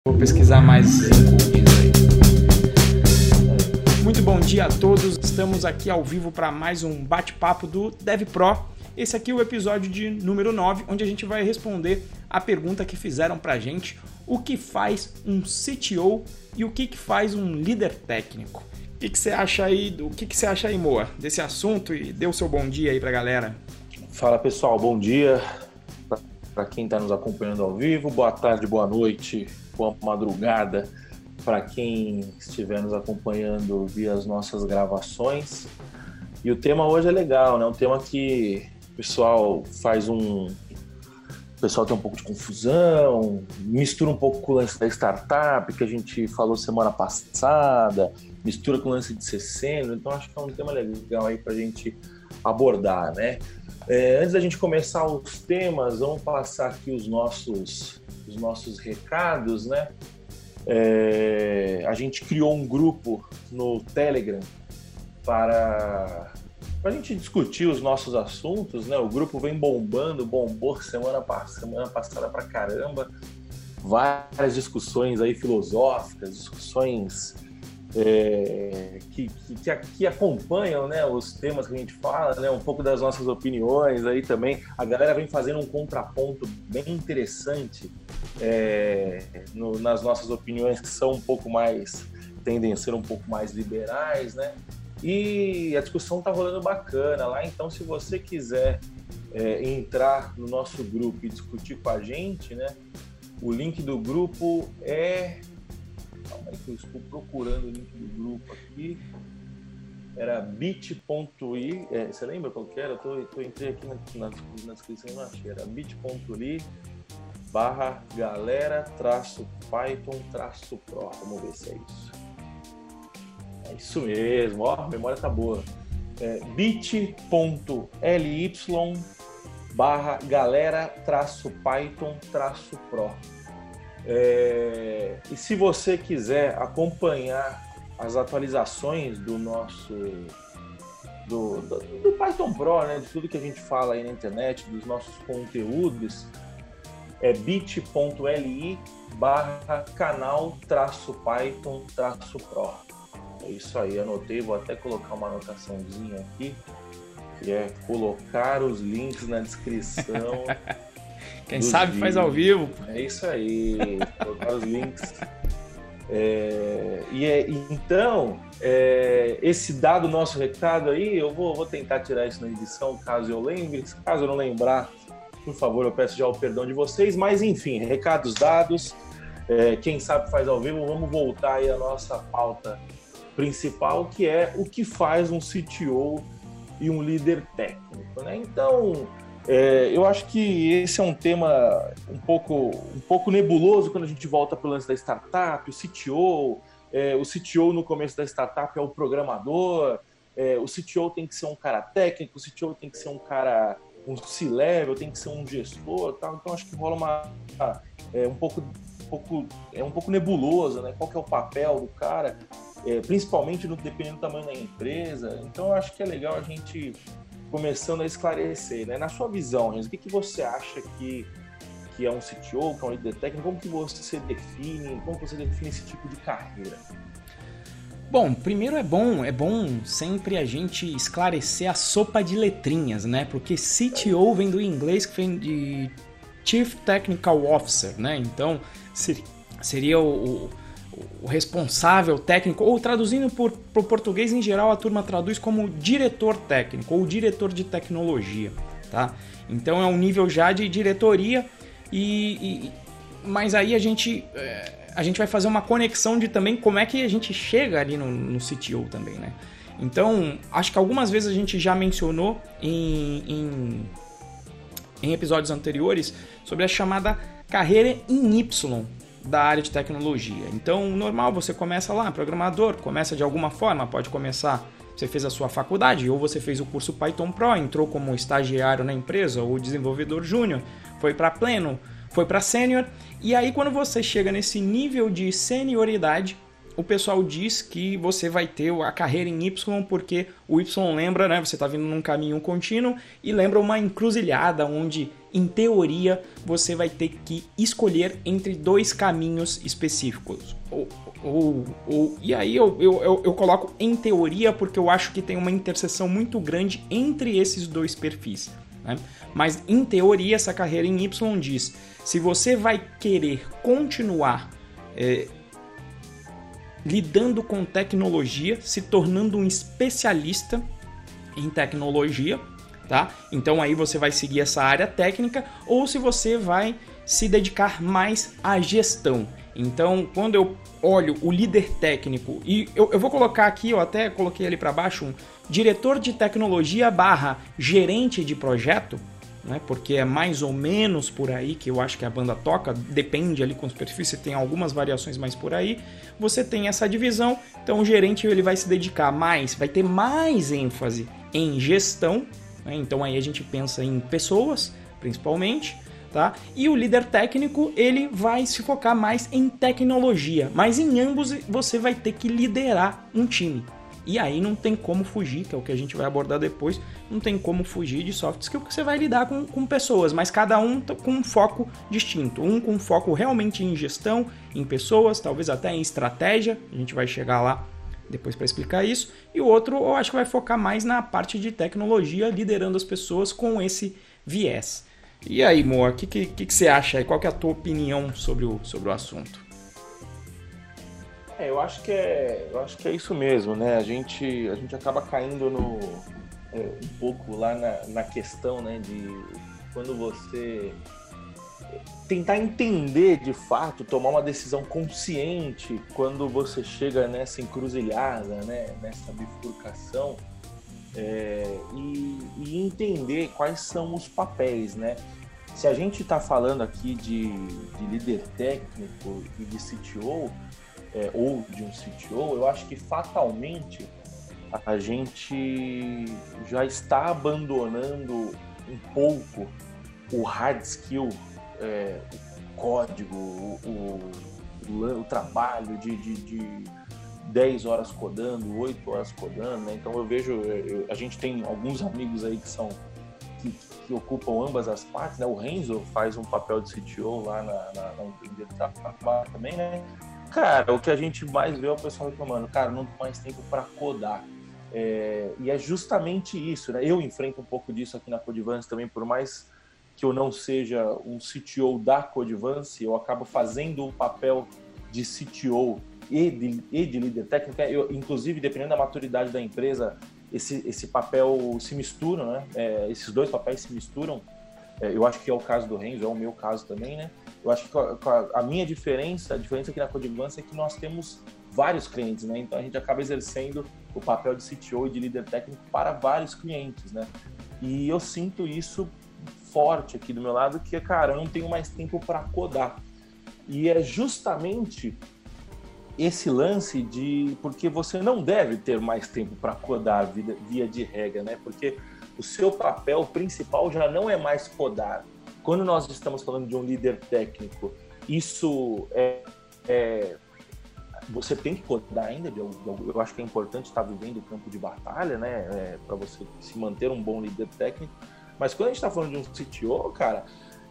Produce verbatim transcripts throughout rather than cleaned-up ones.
Vou pesquisar mais cinco dias aí. Muito bom dia a todos, estamos aqui ao vivo para mais um bate-papo do DevPro. Esse aqui é o episódio de número nove, onde a gente vai responder a pergunta que fizeram pra gente: o que faz um C T O e o que, que faz um líder técnico? O que, que você acha aí, o que, que você acha aí, Moa, desse assunto? E dê o seu bom dia aí pra galera. Fala pessoal, bom dia para quem está nos acompanhando ao vivo, boa tarde, boa noite, boa madrugada para quem estiver nos acompanhando via as nossas gravações. E o tema hoje é legal, né? Um tema que o pessoal faz um... O pessoal tem um pouco de confusão, mistura um pouco com o lance da startup que a gente falou semana passada, mistura com o lance de ser sênior, então acho que é um tema legal aí para a gente abordar, né? É, antes da gente começar os temas, vamos passar aqui os nossos, os nossos recados, né? É, a gente criou um grupo no Telegram para, para a gente discutir os nossos assuntos, né? O grupo vem bombando, bombou semana, semana passada pra caramba, várias discussões aí filosóficas, discussões É, que, que, que acompanham, né, os temas que a gente fala, né, um pouco das nossas opiniões aí também. A galera vem fazendo um contraponto bem interessante é, no, nas nossas opiniões, que são um pouco mais, tendem a ser um pouco mais liberais, né? E a discussão tá rolando bacana lá, então se você quiser é, entrar no nosso grupo e discutir com a gente, né, o link do grupo é... Calma aí que eu estou procurando o link do grupo aqui. Era bit.ly. É, você lembra qual que era? Eu, tô, eu entrei aqui na, na, na descrição e não achei. Era bit.ly barra galera traço python traço pro. Vamos ver se é isso. É isso mesmo. Ó, a memória tá boa. É bit.ly barra galera traço python traço pro. É, e se você quiser acompanhar as atualizações do nosso do, do, do Python Pro, né, de tudo que a gente fala aí na internet, dos nossos conteúdos, é bit.ly barra canal traço python traço pro. É isso aí, anotei, vou até colocar uma anotaçãozinha aqui, que é colocar os links na descrição. Quem sabe vídeos. Faz ao vivo. É isso aí, colocar os links. É, e é, então, é, esse dado nosso recado aí, eu vou, vou tentar tirar isso na edição, caso eu lembre. Caso eu não lembrar, por favor, eu peço já o perdão de vocês. Mas, enfim, recados dados. É, quem sabe faz ao vivo. Vamos voltar aí à nossa pauta principal, que é o que faz um C T O e um líder técnico, né? Então... É, eu acho que esse é um tema um pouco, um pouco nebuloso quando a gente volta para o lance da startup, o C T O. É, o C T O no começo da startup é o programador, é, o C T O tem que ser um cara técnico, o C T O tem que ser um cara, um C-level, tem que ser um gestor, tal. Então acho que rola uma, é, um, pouco, um, pouco, é um pouco nebuloso, né? Qual que é o papel do cara, é, principalmente no, dependendo do tamanho da empresa. Então eu acho que é legal a gente... começando a esclarecer, né? Na sua visão, Renzo, o que, que você acha que, que é um C T O, que é um líder técnico? Como que você define, como você define esse tipo de carreira? Bom, primeiro é bom, é bom sempre a gente esclarecer a sopa de letrinhas, né? Porque C T O vem do inglês, que vem de Chief Technical Officer, né? Então, seria o... o o responsável técnico, ou traduzindo para o português em geral, a turma traduz como diretor técnico ou diretor de tecnologia, tá? Então é um nível já de diretoria, e, e mas aí a gente, a gente vai fazer uma conexão de também como é que a gente chega ali no, no C T O também, né? Então, acho que algumas vezes a gente já mencionou em, em, em episódios anteriores sobre a chamada carreira em Y da área de tecnologia. Então, normal, você começa lá, programador, começa de alguma forma, pode começar, você fez a sua faculdade, ou você fez o curso Python Pro, entrou como estagiário na empresa, ou desenvolvedor júnior, foi para pleno, foi para sênior, e aí quando você chega nesse nível de senioridade, o pessoal diz que você vai ter a carreira em Y, porque o Y lembra, né, você está vindo num caminho contínuo e lembra uma encruzilhada onde, em teoria, você vai ter que escolher entre dois caminhos específicos. Ou, ou, ou, e aí eu, eu, eu, eu coloco em teoria porque eu acho que tem uma interseção muito grande entre esses dois perfis. Né? Mas, em teoria, essa carreira em Y diz, se você vai querer continuar é, lidando com tecnologia, se tornando um especialista em tecnologia, tá? Então aí você vai seguir essa área técnica, ou se você vai se dedicar mais à gestão. Então, quando eu olho o líder técnico, e eu, eu vou colocar aqui, eu até coloquei ali para baixo, um diretor de tecnologia barra gerente de projeto, né? Porque é mais ou menos por aí que eu acho que a banda toca, depende ali com os perfis, você tem algumas variações mais por aí, você tem essa divisão, então o gerente ele vai se dedicar mais, vai ter mais ênfase em gestão, né? Então aí a gente pensa em pessoas, principalmente, tá? E o líder técnico ele vai se focar mais em tecnologia, mas em ambos você vai ter que liderar um time. E aí não tem como fugir, que é o que a gente vai abordar depois, não tem como fugir de soft skill, porque você vai lidar com, com pessoas, mas cada um com um foco distinto. Um com foco realmente em gestão, em pessoas, talvez até em estratégia, a gente vai chegar lá depois para explicar isso. E o outro eu acho que vai focar mais na parte de tecnologia, liderando as pessoas com esse viés. E aí, Moa, o que, que, que você acha aí? Qual que é a tua opinião sobre o, sobre o assunto? É, eu acho que é, eu acho que é isso mesmo, né? A gente, a gente acaba caindo no, é, um pouco lá na, na questão, né, de quando você tentar entender de fato, tomar uma decisão consciente quando você chega nessa encruzilhada, né, nessa bifurcação, é, e, e entender quais são os papéis, né? Se a gente está falando aqui de, de líder técnico e de C T O, É, ou de um C T O, eu acho que fatalmente a gente já está abandonando um pouco o hard skill, é, o código, o, o, o trabalho de, de, de dez horas codando, oito horas codando, né? Então eu vejo, eu, a gente tem alguns amigos aí que são que, que ocupam ambas as partes, né? O Renzo faz um papel de C T O lá na, na, na empresa que trabalha também, né? Cara, o que a gente mais vê é o pessoal reclamando, cara, não tem mais tempo para codar. É, e é justamente isso, né? Eu enfrento um pouco disso aqui na Codivance também, por mais que eu não seja um C T O da Codivance, eu acabo fazendo o papel de C T O e de, e de líder técnico. Eu, inclusive, dependendo da maturidade da empresa, esse, esse papel se mistura, né? É, esses dois papéis se misturam. É, eu acho que é o caso do Renzo, é o meu caso também, né? Eu acho que a minha diferença, a diferença aqui na Codivance é que nós temos vários clientes, né? Então a gente acaba exercendo o papel de C T O e de líder técnico para vários clientes, né? E eu sinto isso forte aqui do meu lado, que, cara, eu não tenho mais tempo para codar. E é justamente esse lance de... Porque você não deve ter mais tempo para codar via, via de regra, né? Porque o seu papel principal já não é mais codar. Quando nós estamos falando de um líder técnico, isso é, é você tem que codar ainda. Eu, eu acho que é importante estar vivendo o campo de batalha, né, é, para você se manter um bom líder técnico. Mas quando a gente está falando de um C T O, cara,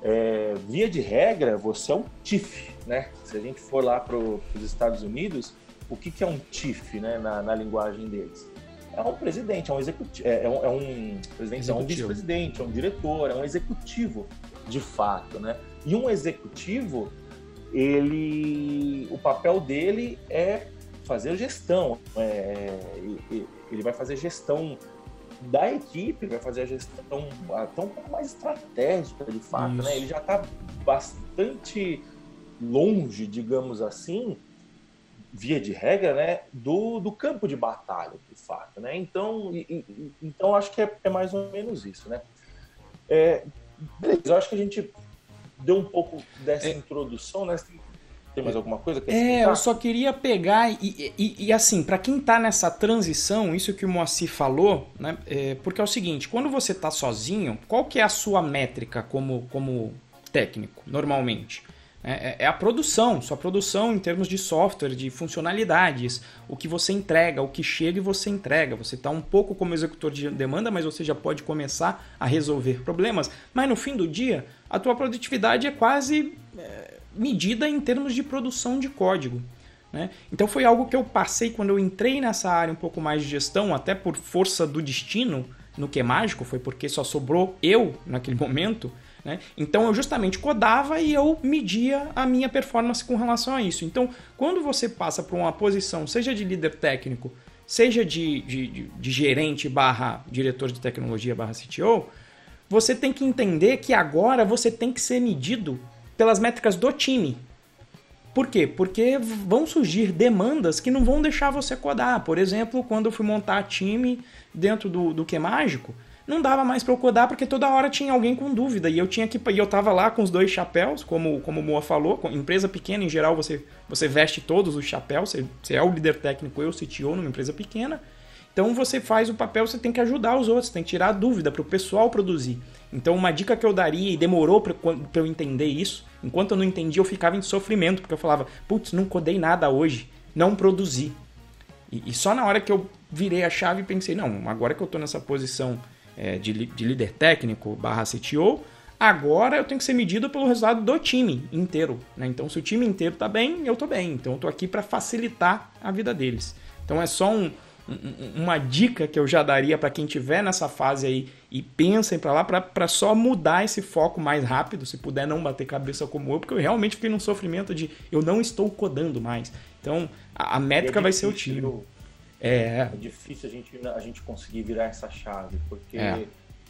é, via de regra, você é um chief, né? Se a gente for lá para os Estados Unidos, o que, que é um chief, né, na, na linguagem deles? É um presidente, é um executivo, é um, é um presidente, executivo. É um vice-presidente, é um diretor, é um executivo, de fato, né? E um executivo, ele, o papel dele é fazer gestão, é, ele vai fazer gestão da equipe, vai fazer a gestão até um pouco mais estratégica, de fato, né? Ele já está bastante longe, digamos assim, via de regra, né, do, do campo de batalha, de fato, né? Então, e, e, então acho que é, é mais ou menos isso, né? É, beleza, eu acho que a gente deu um pouco dessa é. introdução, né? Tem mais alguma coisa que É, eu só queria pegar e, e, e assim, para quem tá nessa transição, isso que o Moacir falou, né? É, porque é o seguinte, quando você tá sozinho, qual que é a sua métrica como, como técnico, normalmente? É, é a produção, sua produção em termos de software, de funcionalidades, o que você entrega, o que chega e você entrega. Você está um pouco como executor de demanda, mas você já pode começar a resolver problemas. Mas no fim do dia, a tua produtividade é quase é, medida em termos de produção de código, né? Então foi algo que eu passei quando eu entrei nessa área um pouco mais de gestão, até por força do destino, no que é mágico, foi porque só sobrou eu naquele momento. Né? Então eu justamente codava e eu media a minha performance com relação a isso. Então quando você passa para uma posição, seja de líder técnico, seja de, de, de, de gerente barra diretor de tecnologia barra C T O, você tem que entender que agora você tem que ser medido pelas métricas do time. Por quê? Porque vão surgir demandas que não vão deixar você codar. Por exemplo, quando eu fui montar time dentro do, do Que Mágico, não dava mais para eu codar porque toda hora tinha alguém com dúvida e eu tinha que e eu tava lá com os dois chapéus, como, como o Moa falou, com empresa pequena em geral você, você veste todos os chapéus, você, você é o líder técnico, eu C T O numa empresa pequena, então você faz o papel, você tem que ajudar os outros, tem que tirar a dúvida para o pessoal produzir. Então uma dica que eu daria, e demorou para eu entender isso, enquanto eu não entendi eu ficava em sofrimento, porque eu falava, putz, não codei nada hoje, não produzi. E, e só na hora que eu virei a chave e pensei, não, agora que eu estou nessa posição É, de, de líder técnico barra C T O, agora eu tenho que ser medido pelo resultado do time inteiro, né? Então se o time inteiro está bem, eu estou bem, então eu estou aqui para facilitar a vida deles. Então é só um, um, uma dica que eu já daria para quem estiver nessa fase aí e pensa em para lá, para só mudar esse foco mais rápido, se puder não bater cabeça como eu, porque eu realmente fiquei num sofrimento de eu não estou codando mais. Então a, a métrica é vai ser o time. Eu... É. é difícil a gente, a gente conseguir virar essa chave, porque é.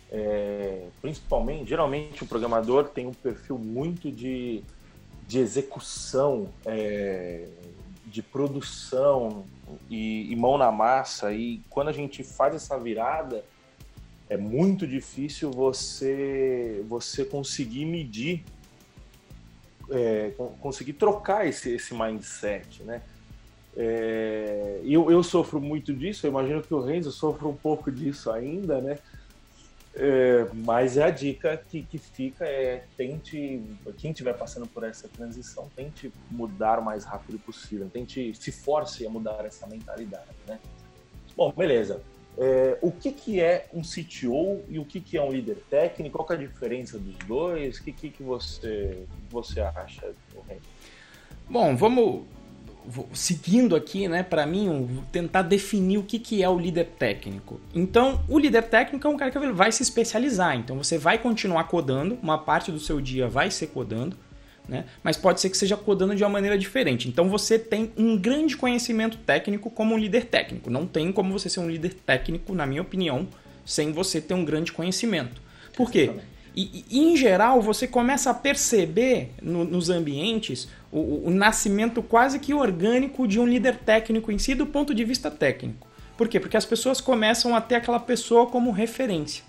É, principalmente, geralmente o programador tem um perfil muito de, de execução, é, de produção e, e mão na massa, e quando a gente faz essa virada, é muito difícil você, você conseguir medir, é, conseguir trocar esse, esse mindset, né? É, eu, eu sofro muito disso, eu imagino que o Renzo sofre um pouco disso ainda, né? É, mas a dica que, que fica é tente, quem estiver passando por essa transição, tente mudar o mais rápido possível, tente, se force a mudar essa mentalidade, né? Bom, beleza. É, o que, que é um C T O e o que, que é um líder técnico? Qual que é a diferença dos dois? O que, que, que, você, que você acha, Renzo? Bom, vamos... seguindo aqui, né, para mim, tentar definir o que, que é o líder técnico. Então, o líder técnico é um cara que vai se especializar. Então, você vai continuar codando, uma parte do seu dia vai ser codando, né, mas pode ser que seja codando de uma maneira diferente. Então, você tem um grande conhecimento técnico como um líder técnico. Não tem como você ser um líder técnico, na minha opinião, sem você ter um grande conhecimento. Por quê? E, e, em geral, você começa a perceber no, nos ambientes o, o nascimento quase que orgânico de um líder técnico em si, do ponto de vista técnico. Por quê? Porque as pessoas começam a ter aquela pessoa como referência.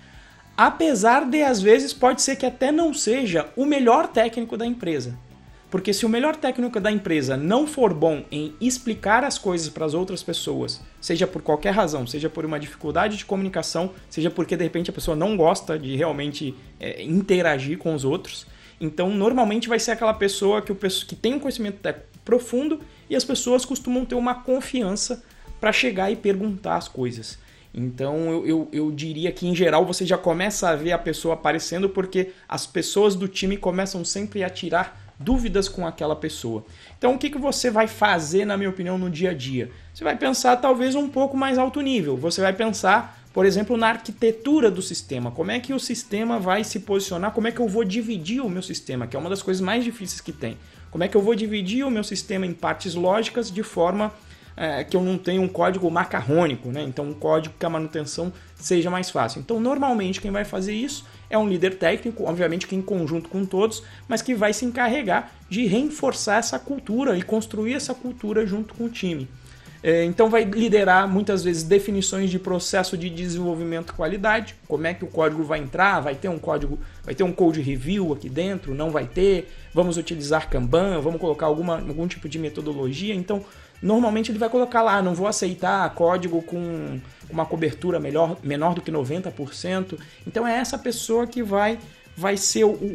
Apesar de, às vezes, pode ser que até não seja o melhor técnico da empresa. Porque se o melhor técnico da empresa não for bom em explicar as coisas para as outras pessoas, seja por qualquer razão, seja por uma dificuldade de comunicação, seja porque de repente a pessoa não gosta de realmente é, interagir com os outros, então normalmente vai ser aquela pessoa que, o, que tem um conhecimento técnico profundo e as pessoas costumam ter uma confiança para chegar e perguntar as coisas. Então eu, eu, eu diria que em geral você já começa a ver a pessoa aparecendo porque as pessoas do time começam sempre a tirar dúvidas com aquela pessoa. Então o que, que você vai fazer, na minha opinião, no dia a dia? Você vai pensar talvez um pouco mais alto nível. Você vai pensar, por exemplo, na arquitetura do sistema. Como é que o sistema vai se posicionar? Como é que eu vou dividir o meu sistema? Que é uma das coisas mais difíceis que tem. Como é que eu vou dividir o meu sistema em partes lógicas de forma é, que eu não tenha um código macarrônico, né? Então um código que a manutenção seja mais fácil. Então normalmente quem vai fazer isso é um líder técnico, obviamente que em conjunto com todos, mas que vai se encarregar de reforçar essa cultura e construir essa cultura junto com o time. Então vai liderar muitas vezes definições de processo de desenvolvimento e qualidade, como é que o código vai entrar, vai ter um código, vai ter um code review aqui dentro, não vai ter, vamos utilizar Kanban, vamos colocar alguma, algum tipo de metodologia. Então normalmente ele vai colocar lá, não vou aceitar código com uma cobertura melhor, menor do que noventa por cento. Então é essa pessoa que vai, vai ser o, o,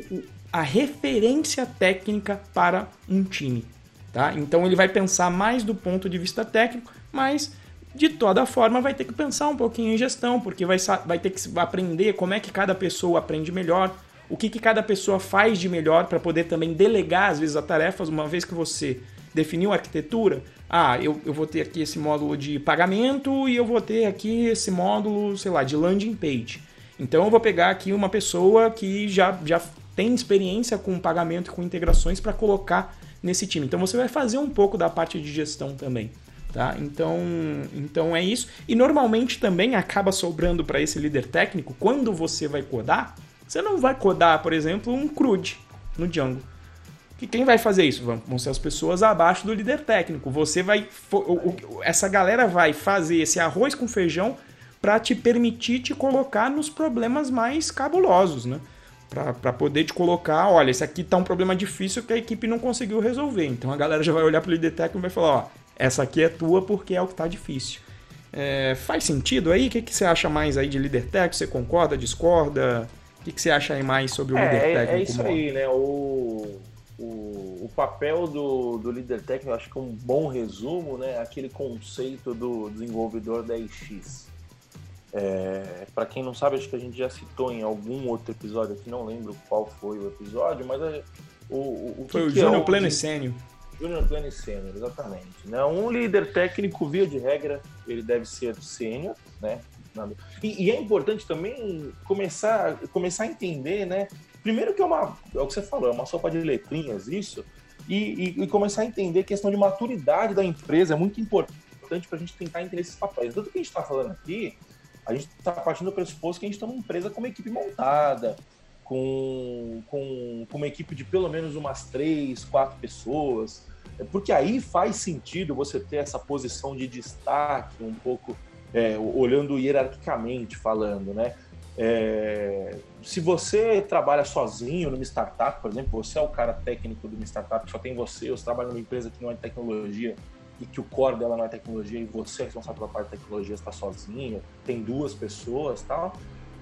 a referência técnica para um time. Tá? Então ele vai pensar mais do ponto de vista técnico, mas de toda forma vai ter que pensar um pouquinho em gestão, porque vai, vai ter que aprender como é que cada pessoa aprende melhor, o que, que cada pessoa faz de melhor para poder também delegar, às vezes, as tarefas. Uma vez que você definiu a arquitetura, ah, eu, eu vou ter aqui esse módulo de pagamento e eu vou ter aqui esse módulo, sei lá, de landing page. Então eu vou pegar aqui uma pessoa que já, já tem experiência com pagamento e com integrações para colocar nesse time. Então você vai fazer um pouco da parte de gestão também. Tá? Então, então é isso. E normalmente também acaba sobrando para esse líder técnico, quando você vai codar, você não vai codar, por exemplo, um CRUD no Django. Que quem vai fazer isso? Vão ser as pessoas abaixo do líder técnico. Você vai, essa galera vai fazer esse arroz com feijão para te permitir te colocar nos problemas mais cabulosos, né? Para poder te colocar, olha, esse aqui tá um problema difícil que a equipe não conseguiu resolver. Então a galera já vai olhar para o líder técnico e vai falar, ó, essa aqui é tua porque é o que tá difícil. É, faz sentido aí? O que, que você acha mais aí de líder técnico? Você concorda, discorda? O que, que você acha aí mais sobre o é, líder técnico? É isso aí, né? O, o, o papel do, do líder técnico, eu acho que um bom resumo, né? Aquele conceito do desenvolvedor dez x. É, para quem não sabe, acho que a gente já citou em algum outro episódio aqui, não lembro qual foi o episódio, mas a, o, o, o foi que o que Júnior é Pleno e Sênior. Júnior Pleno e Sênior, exatamente. Né? Um líder técnico, via de regra, ele deve ser sênior, né? E, e é importante também começar, começar a entender, né? Primeiro que é uma, é o que você falou, é uma sopa de letrinhas isso, e, e, e começar a entender a questão de maturidade da empresa é muito importante para a gente tentar entender esses papéis. Tudo que a gente está falando aqui, a gente está partindo do pressuposto que a gente está numa empresa com uma equipe montada, com, com, com uma equipe de pelo menos umas três, quatro pessoas, porque aí faz sentido você ter essa posição de destaque, um pouco é, olhando hierarquicamente falando, né? É, se você trabalha sozinho numa startup, por exemplo, você é o cara técnico de uma startup que só tem você, ou você trabalha numa empresa que não é tecnologia e que o core dela não é tecnologia e você é responsável pela parte de tecnologia, está sozinho, tem duas pessoas e tal,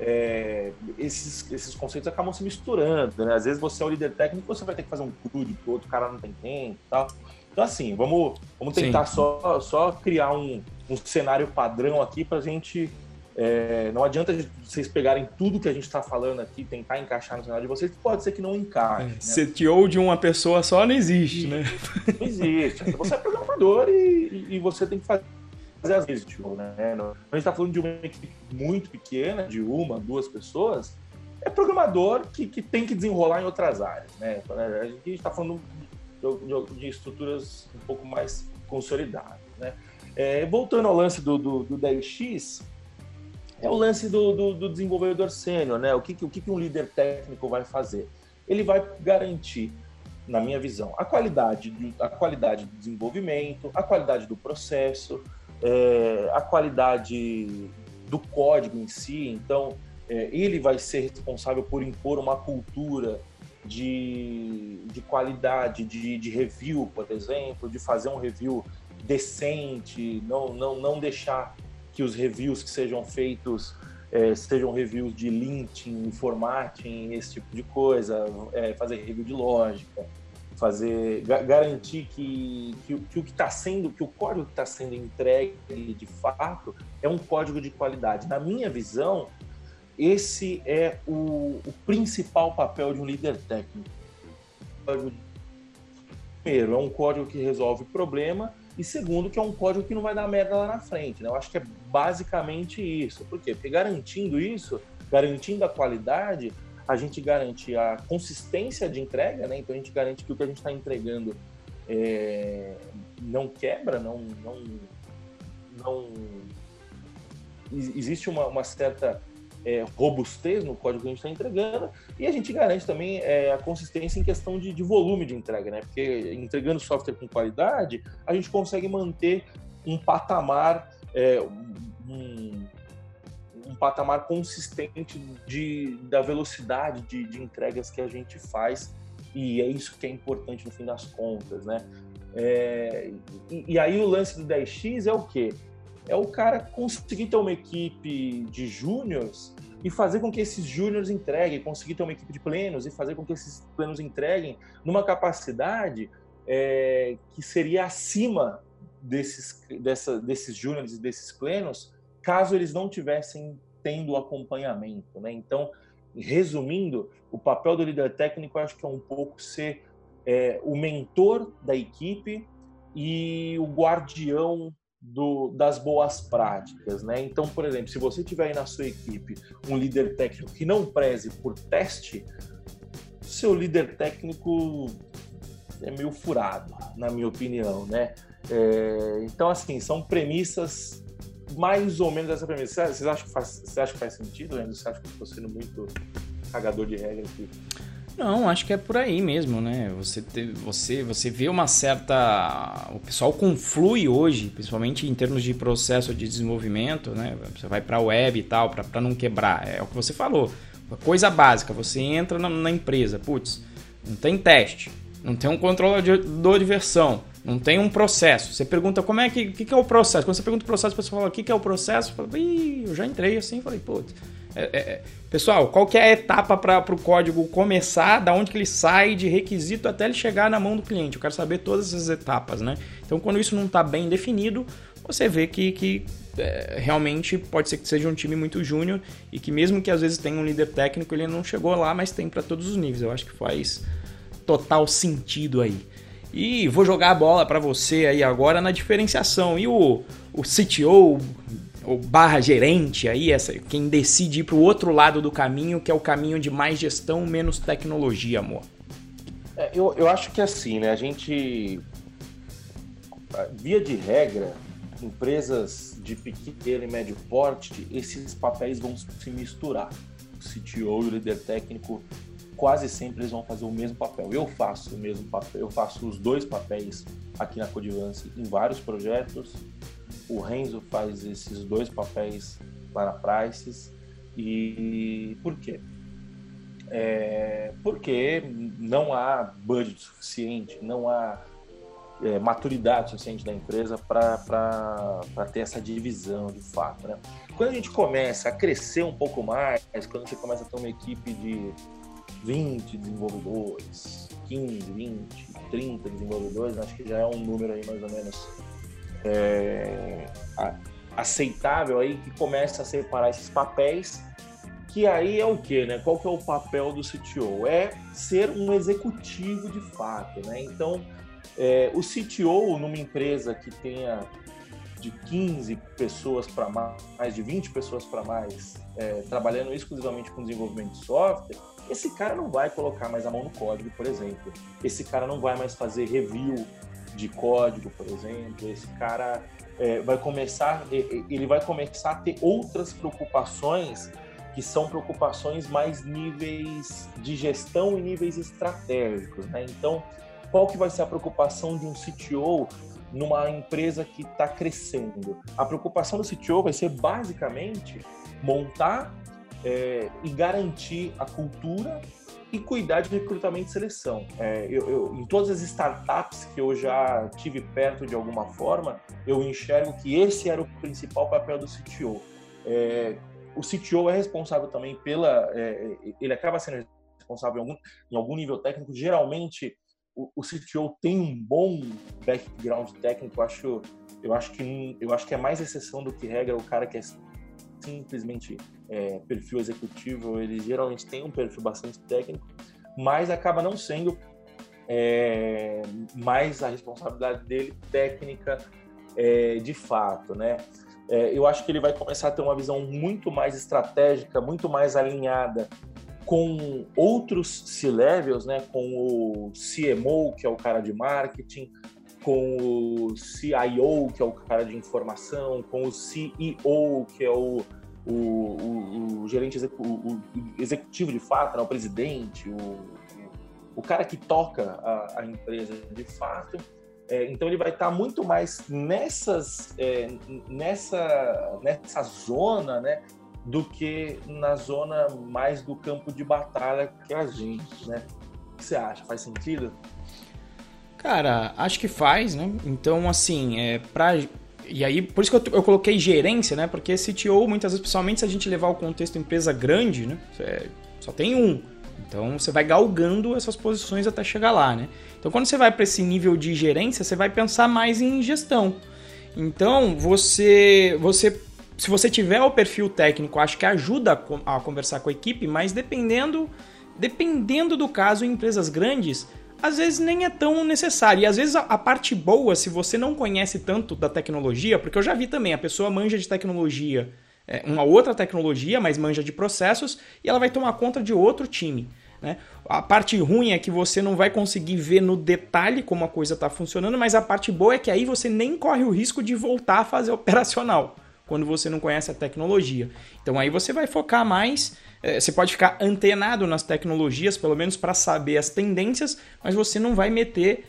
é, esses, esses conceitos acabam se misturando, né? Às vezes você é o líder técnico, você vai ter que fazer um CRUD, que o outro cara não tem tempo e tal. Então assim, vamos, vamos tentar só, só criar um, um cenário padrão aqui para a gente... É, não adianta vocês pegarem tudo que a gente está falando aqui, tentar encaixar no cenário de vocês, pode ser que não encaixe. É, né? C T O de uma pessoa só não existe, né? Não existe. Você é programador e, e você tem que fazer as vezes, né? A gente está falando de uma equipe muito pequena, de uma, duas pessoas, é programador que, que tem que desenrolar em outras áreas, né? A gente está falando de, de estruturas um pouco mais consolidadas, né? É, voltando ao lance do, do, do dez x, é o lance do, do, do desenvolvedor sênior, né? O que, o que um líder técnico vai fazer? Ele vai garantir, na minha visão, a qualidade, de, a qualidade do desenvolvimento, a qualidade do processo, é, a qualidade do código em si. Então, é, ele vai ser responsável por impor uma cultura de, de qualidade, de, de review, por exemplo, de fazer um review decente, não, não, não deixar que os reviews que sejam feitos é, sejam reviews de linting, formatting, esse tipo de coisa, é, fazer review de lógica, fazer, ga- garantir que, que, que o que está sendo, que o código que está sendo entregue de fato é um código de qualidade. Na minha visão, esse é o, o principal papel de um líder técnico. Primeiro, é um código que resolve problema. E segundo, que é um código que não vai dar merda lá na frente, né? Eu acho que é basicamente isso. Por quê? Porque garantindo isso, garantindo a qualidade, a gente garante a consistência de entrega, né? Então a gente garante que o que a gente está entregando é, não quebra, não, não, não... existe uma, uma certa é, robustez no código que a gente está entregando, e a gente garante também é, a consistência em questão de, de volume de entrega, né? Porque entregando software com qualidade, a gente consegue manter um patamar, é, um, um patamar consistente de, da velocidade de, de entregas que a gente faz, e é isso que é importante no fim das contas, né? É, e, e aí o lance do dez x é o quê? É o cara conseguir ter uma equipe de júniors e fazer com que esses júniores entreguem, conseguir ter uma equipe de plenos e fazer com que esses plenos entreguem numa capacidade é, que seria acima desses, dessa, desses júniores e desses plenos, caso eles não tivessem tendo acompanhamento, né? Então, resumindo, o papel do líder técnico eu acho que é um pouco ser é, o mentor da equipe e o guardião do, das boas práticas, né? Então, por exemplo, se você tiver aí na sua equipe um líder técnico que não preze por teste, seu líder técnico é meio furado, na minha opinião, né? É, então, assim, são premissas mais ou menos essa premissa. Vocês acham que faz, você acha que faz sentido, Leandro? Você acha que eu estou sendo muito cagador de regra aqui? Não, acho que é por aí mesmo, né? Você, te, você, você vê uma certa... O pessoal conflui hoje, principalmente em termos de processo de desenvolvimento, né? Você vai para a web e tal, para não quebrar. É o que você falou. Coisa básica, você entra na, na empresa, putz, não tem teste, não tem um controlador de versão, não tem um processo. Você pergunta como é que, que, que é o processo. Quando você pergunta o processo, a pessoa fala o que, que é o processo. Fala, ih, eu já entrei assim, falei, putz. É, é, pessoal, qual que é a etapa para o código começar, da onde que ele sai de requisito até ele chegar na mão do cliente? Eu quero saber todas essas etapas, né? Então, quando isso não está bem definido, você vê que, que é, realmente pode ser que seja um time muito júnior e que mesmo que às vezes tenha um líder técnico, ele não chegou lá, mas tem para todos os níveis. Eu acho que faz total sentido aí. E vou jogar a bola para você aí agora na diferenciação. E o, o C T O... ou barra gerente, aí, essa, quem decide ir para o outro lado do caminho, que é o caminho de mais gestão, menos tecnologia, amor? É, eu, eu acho que assim, né, a gente, via de regra, empresas de pequeno e médio porte, esses papéis vão se misturar. O C T O e o líder técnico, quase sempre eles vão fazer o mesmo papel. Eu faço o mesmo papel, eu faço os dois papéis aqui na Codivance em vários projetos. O Renzo faz esses dois papéis lá na Prices. E por quê? É porque não há budget suficiente, não há é, maturidade suficiente da empresa para ter essa divisão de fato, né? Quando a gente começa a crescer um pouco mais, quando você começa a ter uma equipe de vinte desenvolvedores, quinze, vinte, trinta desenvolvedores, acho que já é um número aí mais ou menos É, aceitável aí, que começa a separar esses papéis, que aí é o que, né? Qual que é o papel do C T O? É ser um executivo de fato, né? Então, é, o C T O numa empresa que tenha de quinze pessoas para mais, de vinte pessoas para mais, é, trabalhando exclusivamente com desenvolvimento de software, esse cara não vai colocar mais a mão no código, por exemplo. Esse cara não vai mais fazer review de código, por exemplo. Esse cara é, vai começar, ele vai começar a ter outras preocupações, que são preocupações mais níveis de gestão e níveis estratégicos, né? Então, qual que vai ser a preocupação de um C T O numa empresa que está crescendo? A preocupação do C T O vai ser basicamente montar é, e garantir a cultura e cuidar de recrutamento e seleção. É, eu, eu, em todas as startups que eu já tive perto de alguma forma, eu enxergo que esse era o principal papel do C T O. É, o C T O é responsável também pela... É, ele acaba sendo responsável em algum, em algum nível técnico. Geralmente, o, o C T O tem um bom background técnico. Eu acho, eu acho, que, eu acho que é mais exceção do que regra. O cara que é simplesmente é, perfil executivo, ele geralmente tem um perfil bastante técnico, mas acaba não sendo é, mais a responsabilidade dele técnica é, de fato, né? É, eu acho que ele vai começar a ter uma visão muito mais estratégica, muito mais alinhada com outros C-levels, né? Com o C M O, que é o cara de marketing, com o C I O, que é o cara de informação, com o C E O, que é o, o, o, o gerente execu, o, o executivo de fato, né? O presidente, o, o cara que toca a, a empresa de fato. É, então ele vai estar muito mais nessas, é, nessa, nessa zona, né? Do que na zona mais do campo de batalha que a gente, né? O que você acha? Faz sentido? Cara, acho que faz, né? Então, assim, é, pra, e aí, por isso que eu, eu coloquei gerência, né? Porque C T O, muitas vezes, principalmente se a gente levar o contexto empresa grande, né? É, só tem um. Então, você vai galgando essas posições até chegar lá, né? Então, quando você vai para esse nível de gerência, você vai pensar mais em gestão. Então, você, você, se você tiver o perfil técnico, acho que ajuda a, a conversar com a equipe, mas dependendo, dependendo do caso, em empresas grandes, às vezes nem é tão necessário. E às vezes a, a parte boa, se você não conhece tanto da tecnologia, porque eu já vi também, a pessoa manja de tecnologia, é, uma outra tecnologia, mas manja de processos, e ela vai tomar conta de outro time. Né? A parte ruim é que você não vai conseguir ver no detalhe como a coisa está funcionando, mas a parte boa é que aí você nem corre o risco de voltar a fazer operacional, quando você não conhece a tecnologia. Então aí você vai focar mais, é, você pode ficar antenado nas tecnologias, pelo menos para saber as tendências, mas você não vai meter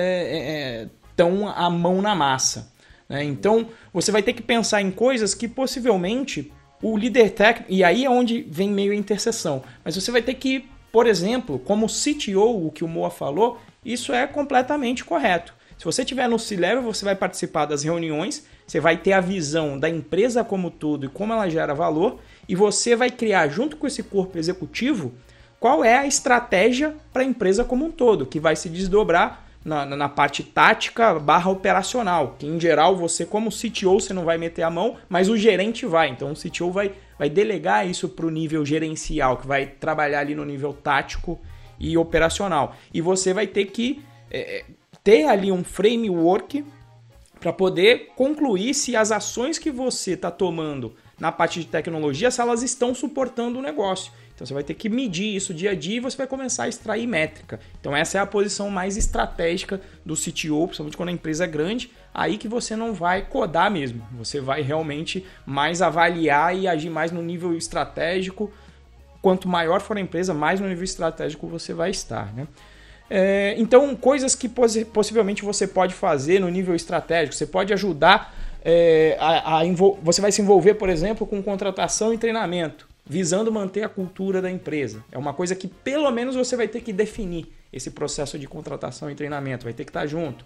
é, é, tão a mão na massa. Né? Então você vai ter que pensar em coisas que possivelmente o líder técnico, e aí é onde vem meio a interseção, mas você vai ter que, por exemplo, como C T O, o que o Moa falou, isso é completamente correto. Se você estiver no C-Level, você vai participar das reuniões, você vai ter a visão da empresa como tudo e como ela gera valor, e você vai criar, junto com esse corpo executivo, qual é a estratégia para a empresa como um todo, que vai se desdobrar na, na parte tática barra operacional, que em geral você, como C T O, você não vai meter a mão, mas o gerente vai. Então o C T O vai, vai delegar isso para o nível gerencial, que vai trabalhar ali no nível tático e operacional. E você vai ter que é, ter ali um framework para poder concluir se as ações que você está tomando na parte de tecnologia, se elas estão suportando o negócio. Então você vai ter que medir isso dia a dia e você vai começar a extrair métrica. Então essa é a posição mais estratégica do C T O, principalmente quando a empresa é grande, aí que você não vai codar mesmo. Você vai realmente mais avaliar e agir mais no nível estratégico. Quanto maior for a empresa, mais no nível estratégico você vai estar, né? É, então, coisas que possivelmente você pode fazer no nível estratégico, você pode ajudar, é, a, a você vai se envolver, por exemplo, com contratação e treinamento, visando manter a cultura da empresa. É uma coisa que pelo menos você vai ter que definir esse processo de contratação e treinamento, vai ter que estar junto.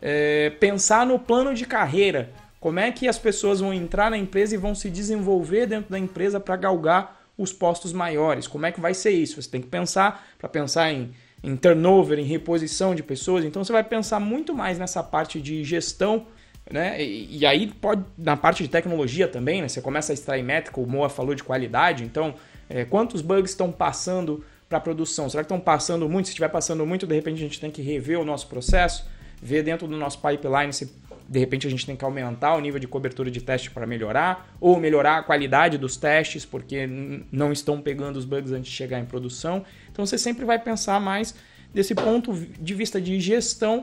É, pensar no plano de carreira, como é que as pessoas vão entrar na empresa e vão se desenvolver dentro da empresa para galgar os postos maiores, como é que vai ser isso? Você tem que pensar, para pensar em em turnover, em reposição de pessoas, então você vai pensar muito mais nessa parte de gestão, né? E, e aí pode, na parte de tecnologia também, né? Você começa a extrair métrica, o Moa falou de qualidade, então é, quantos bugs estão passando para a produção? Será que estão passando muito? Se estiver passando muito, de repente a gente tem que rever o nosso processo, ver dentro do nosso pipeline se de repente a gente tem que aumentar o nível de cobertura de teste para melhorar, ou melhorar a qualidade dos testes, porque não estão pegando os bugs antes de chegar em produção. Então você sempre vai pensar mais desse ponto de vista de gestão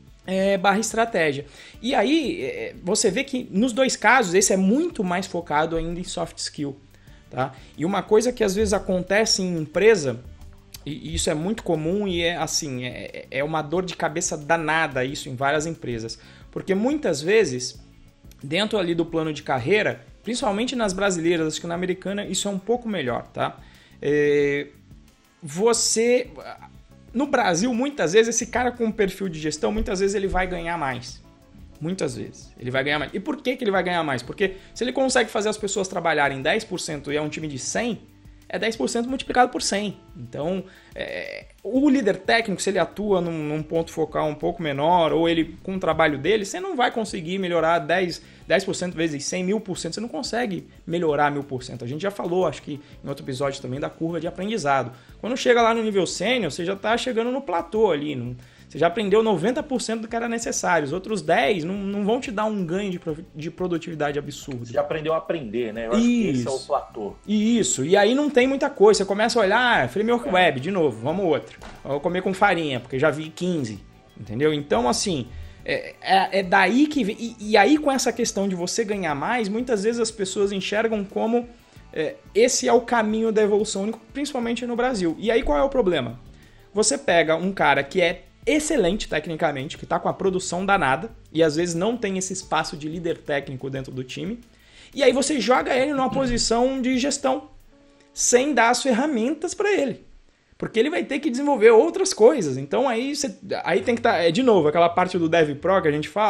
é, barra estratégia. E aí é, você vê que nos dois casos esse é muito mais focado ainda em soft skill. Tá? E uma coisa que às vezes acontece em empresa, e isso é muito comum e é assim, é, é uma dor de cabeça danada isso em várias empresas. Porque muitas vezes, dentro ali do plano de carreira, principalmente nas brasileiras, acho que na americana isso é um pouco melhor, tá? É, você, no Brasil, muitas vezes, esse cara com perfil de gestão, muitas vezes ele vai ganhar mais. Muitas vezes. Ele vai ganhar mais. E por que que ele vai ganhar mais? Porque se ele consegue fazer as pessoas trabalharem dez por cento e é um time de cem, é dez por cento multiplicado por cem. Então, é, o líder técnico, se ele atua num, num ponto focal um pouco menor, ou ele com o trabalho dele, você não vai conseguir melhorar dez, dez por cento vezes cem, mil por cento. Você não consegue melhorar mil por cento. A gente já falou, acho que em outro episódio também, da curva de aprendizado. Quando chega lá no nível sênior, você já está chegando no platô ali, não... Você já aprendeu noventa por cento do que era necessário. Os outros dez não, não vão te dar um ganho de, de produtividade absurdo. Você já aprendeu a aprender, né? Eu acho isso. que esse é o platô. Isso. E aí não tem muita coisa. Você começa a olhar, ah, framework é. web, de novo, vamos outro. Vou comer com farinha, porque já vi quinze. Entendeu? Então, assim, é, é, é daí que... E, e aí, com essa questão de você ganhar mais, muitas vezes as pessoas enxergam como é, esse é o caminho da evolução única, principalmente no Brasil. E aí, qual é o problema? Você pega um cara que é excelente tecnicamente, que está com a produção danada e às vezes não tem esse espaço de líder técnico dentro do time, e aí você joga ele numa posição de gestão sem dar as ferramentas para ele, porque ele vai ter que desenvolver outras coisas. Então aí, você, aí tem que estar, tá, é de novo, aquela parte do Dev Pro que a gente fala,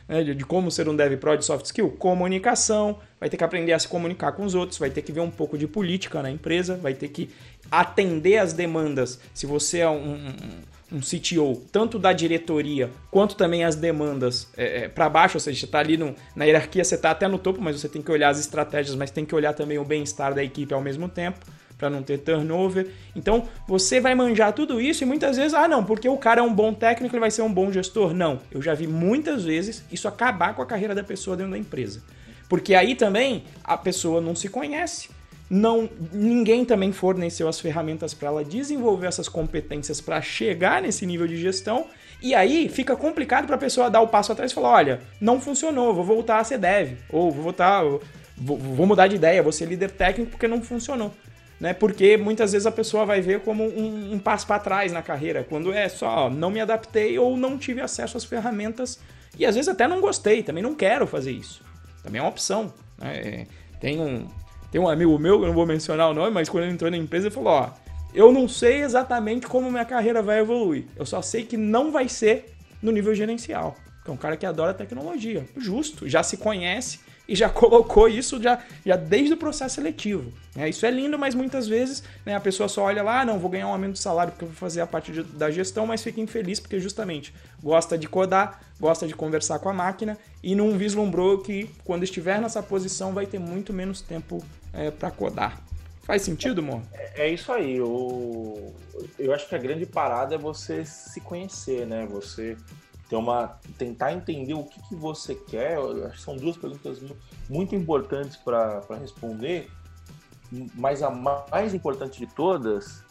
né, de, de como ser um Dev Pro de soft skill? Comunicação, vai ter que aprender a se comunicar com os outros, vai ter que ver um pouco de política na empresa, vai ter que atender às demandas. Se você é um, um, um C T O, tanto da diretoria, quanto também as demandas é, é, para baixo, ou seja, você está ali no, na hierarquia, você está até no topo, mas você tem que olhar as estratégias, mas tem que olhar também o bem-estar da equipe ao mesmo tempo, para não ter turnover. Então, você vai manjar tudo isso e muitas vezes, ah não, porque o cara é um bom técnico, ele vai ser um bom gestor. Não, eu já vi muitas vezes isso acabar com a carreira da pessoa dentro da empresa. Porque aí também a pessoa não se conhece, não, ninguém também forneceu as ferramentas para ela desenvolver essas competências para chegar nesse nível de gestão, e aí fica complicado para a pessoa dar o passo atrás e falar, olha, não funcionou, vou voltar a ser dev, ou vou voltar, vou, vou mudar de ideia, vou ser líder técnico porque não funcionou. Né? Porque muitas vezes a pessoa vai ver como um, um passo para trás na carreira, quando é só, ó, não me adaptei ou não tive acesso às ferramentas, e às vezes até não gostei, também não quero fazer isso. Também é uma opção. Né? Tem, um, tem um amigo meu, eu não vou mencionar o nome, mas quando ele entrou na empresa ele falou, ó, eu não sei exatamente como minha carreira vai evoluir, eu só sei que não vai ser no nível gerencial, que é um cara que adora tecnologia, justo, já se conhece, e já colocou isso já, já desde o processo seletivo. É, isso é lindo, mas muitas vezes, né, a pessoa só olha lá, ah, não, vou ganhar um aumento de salário porque eu vou fazer a parte de, da gestão, mas fica infeliz porque justamente gosta de codar, gosta de conversar com a máquina e não vislumbrou que quando estiver nessa posição vai ter muito menos tempo é, para codar. Faz sentido, amor? É, é isso aí. Eu, eu acho que a grande parada é você se conhecer, né? Você... Ter uma, tentar entender o que, que você quer. Eu acho que são duas perguntas muito importantes para responder, mas a mais importante de todas,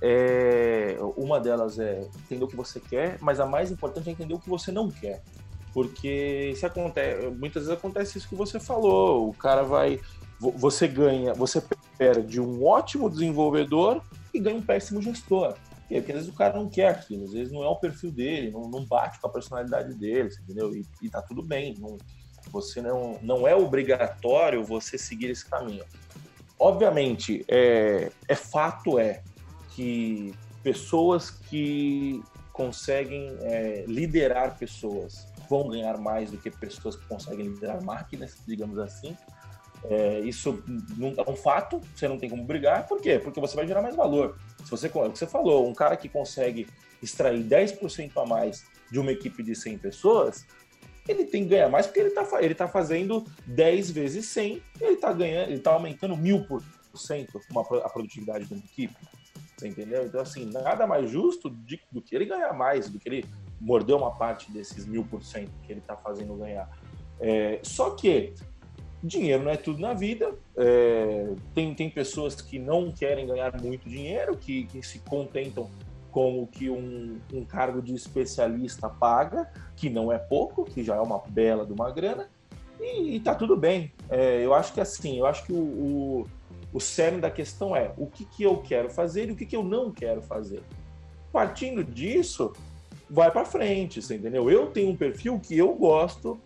é, uma delas é entender o que você quer, mas a mais importante é entender o que você não quer. Porque se acontece, muitas vezes acontece isso que você falou, o cara vai, você ganha, você perde um ótimo desenvolvedor e ganha um péssimo gestor. Porque às vezes o cara não quer aquilo, às vezes não é o perfil dele, não, não bate com a personalidade dele, entendeu? E, e tá tudo bem, não, você não, não é obrigatório você seguir esse caminho. Obviamente, é, é fato é que pessoas que conseguem é, liderar pessoas vão ganhar mais do que pessoas que conseguem liderar máquinas, digamos assim. É, isso não é um fato, você não tem como brigar. Por quê? Porque você vai gerar mais valor. Se você, como você falou, um cara que consegue extrair dez por cento a mais de uma equipe de cem pessoas, ele tem que ganhar mais porque ele está ele tá fazendo dez vezes cem, ele está ganhando, ele tá aumentando mil por cento a produtividade de uma equipe. Você entendeu? Então, assim, nada mais justo de, do que ele ganhar mais, do que ele morder uma parte desses mil por cento que ele está fazendo ganhar. É, só que dinheiro não é tudo na vida. É, tem, tem pessoas que não querem ganhar muito dinheiro, que, que se contentam com o que um, um cargo de especialista paga, que não é pouco, que já é uma bela de uma grana, e, e tá tudo bem. É, eu acho que assim, eu acho que o, o, o cerne da questão é o que, que eu quero fazer e o que, que eu não quero fazer. Partindo disso, vai para frente, você entendeu? Eu tenho um perfil que eu gosto.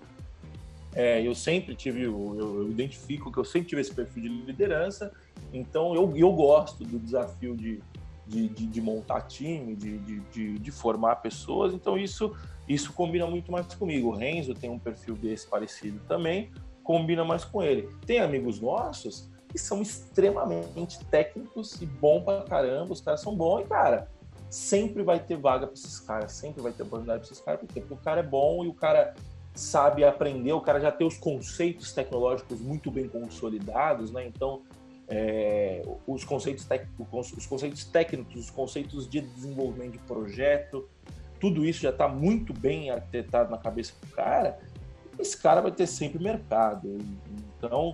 É, eu sempre tive, eu, eu identifico que eu sempre tive esse perfil de liderança, então eu, eu gosto do desafio de, de, de, de montar time, de, de, de, de formar pessoas, então isso, isso combina muito mais comigo. O Renzo tem um perfil desse parecido também, combina mais com ele. Tem amigos nossos que são extremamente técnicos e bom pra caramba, os caras são bons e, cara, sempre vai ter vaga pra esses caras, sempre vai ter oportunidade pra esses caras, porque o cara é bom e o cara sabe aprender, o cara já tem os conceitos tecnológicos muito bem consolidados, né? Então, é, os, conceitos tec... os conceitos técnicos, os conceitos de desenvolvimento de projeto, tudo isso já está muito bem arquitetado na cabeça do cara, esse cara vai ter sempre mercado. Então,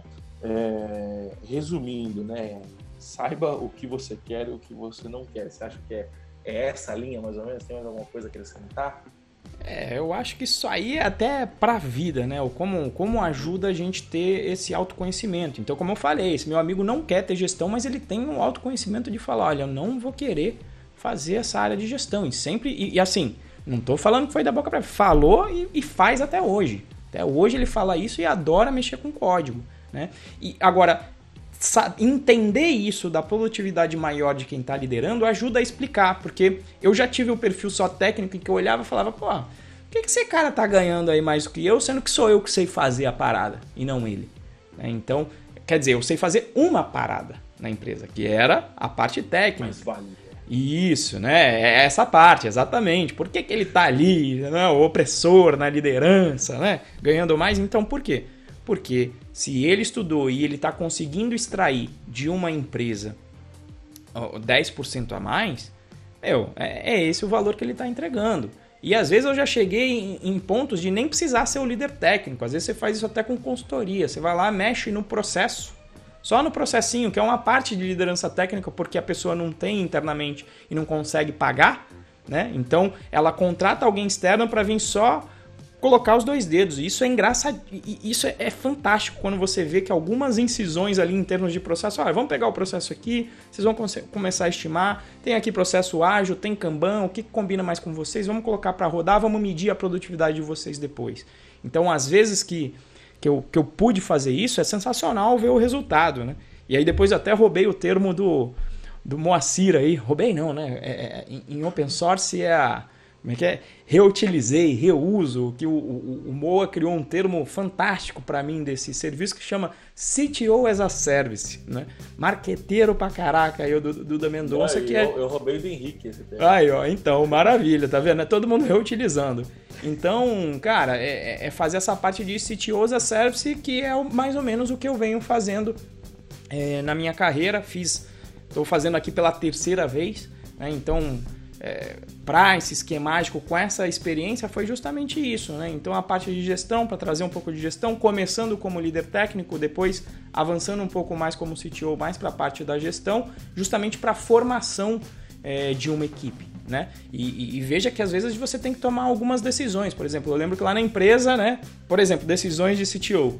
é, resumindo, né? Saiba o que você quer e o que você não quer. Você acha que é, é essa a linha, mais ou menos? Tem mais alguma coisa a acrescentar? É, eu acho que isso aí é até pra vida, né? Como, como ajuda a gente ter esse autoconhecimento. Então, como eu falei, esse meu amigo não quer ter gestão, mas ele tem um autoconhecimento de falar, olha, eu não vou querer fazer essa área de gestão. E sempre, e, e assim, não tô falando que foi da boca pra fora, falou e, e faz até hoje. Até hoje ele fala isso e adora mexer com código, né? E agora, entender isso da produtividade maior de quem está liderando ajuda a explicar, porque eu já tive o perfil só técnico em que eu olhava e falava, pô, que, que esse cara tá ganhando aí mais do que eu, sendo que sou eu que sei fazer a parada e não ele? Né? Então, quer dizer, eu sei fazer uma parada na empresa, que era a parte técnica. Mas vale. Isso, né? É essa parte, exatamente. Por que, que ele tá ali, né? O opressor na liderança, né? Ganhando mais? Então, por quê? Porque se ele estudou e ele está conseguindo extrair de uma empresa dez por cento a mais, meu, é, é esse o valor que ele está entregando. E às vezes eu já cheguei em, em pontos de nem precisar ser o líder técnico. Às vezes você faz isso até com consultoria. Você vai lá, mexe no processo. Só no processinho, que é uma parte de liderança técnica, porque a pessoa não tem internamente e não consegue pagar, né? Então ela contrata alguém externo para vir só colocar os dois dedos. Isso é engraçado, isso é fantástico quando você vê que algumas incisões ali em termos de processo, olha, vamos pegar o processo aqui, vocês vão começar a estimar, tem aqui processo ágil, tem Kanban, o que combina mais com vocês, vamos colocar para rodar, vamos medir a produtividade de vocês depois. Então, às vezes que, que, eu, que eu pude fazer isso, é sensacional ver o resultado, né? E aí depois eu até roubei o termo do, do Moacir aí, roubei não, né? É, é, em open source é a... Como é que é? Reutilizei, reuso, que o, o, o Moa criou um termo fantástico para mim desse serviço que chama C T O as a Service, né? Marqueteiro pra caraca aí, o Duda Mendonça, Aí, que eu, é... eu roubei do Henrique esse termo. Aí, ó, então, maravilha, tá vendo? É todo mundo reutilizando. Então, cara, é, é fazer essa parte de C T O as a Service, que é mais ou menos o que eu venho fazendo é, na minha carreira. Fiz, tô fazendo aqui pela terceira vez, né? Então... É, para esse esquemático com essa experiência foi justamente isso, né? Então a parte de gestão, para trazer um pouco de gestão, começando como líder técnico, depois avançando um pouco mais como C T O, mais para a parte da gestão, justamente para a formação é, de uma equipe, né? E, e, e veja que às vezes você tem que tomar algumas decisões. Por exemplo, eu lembro que lá na empresa, né? Por exemplo, decisões de C T O.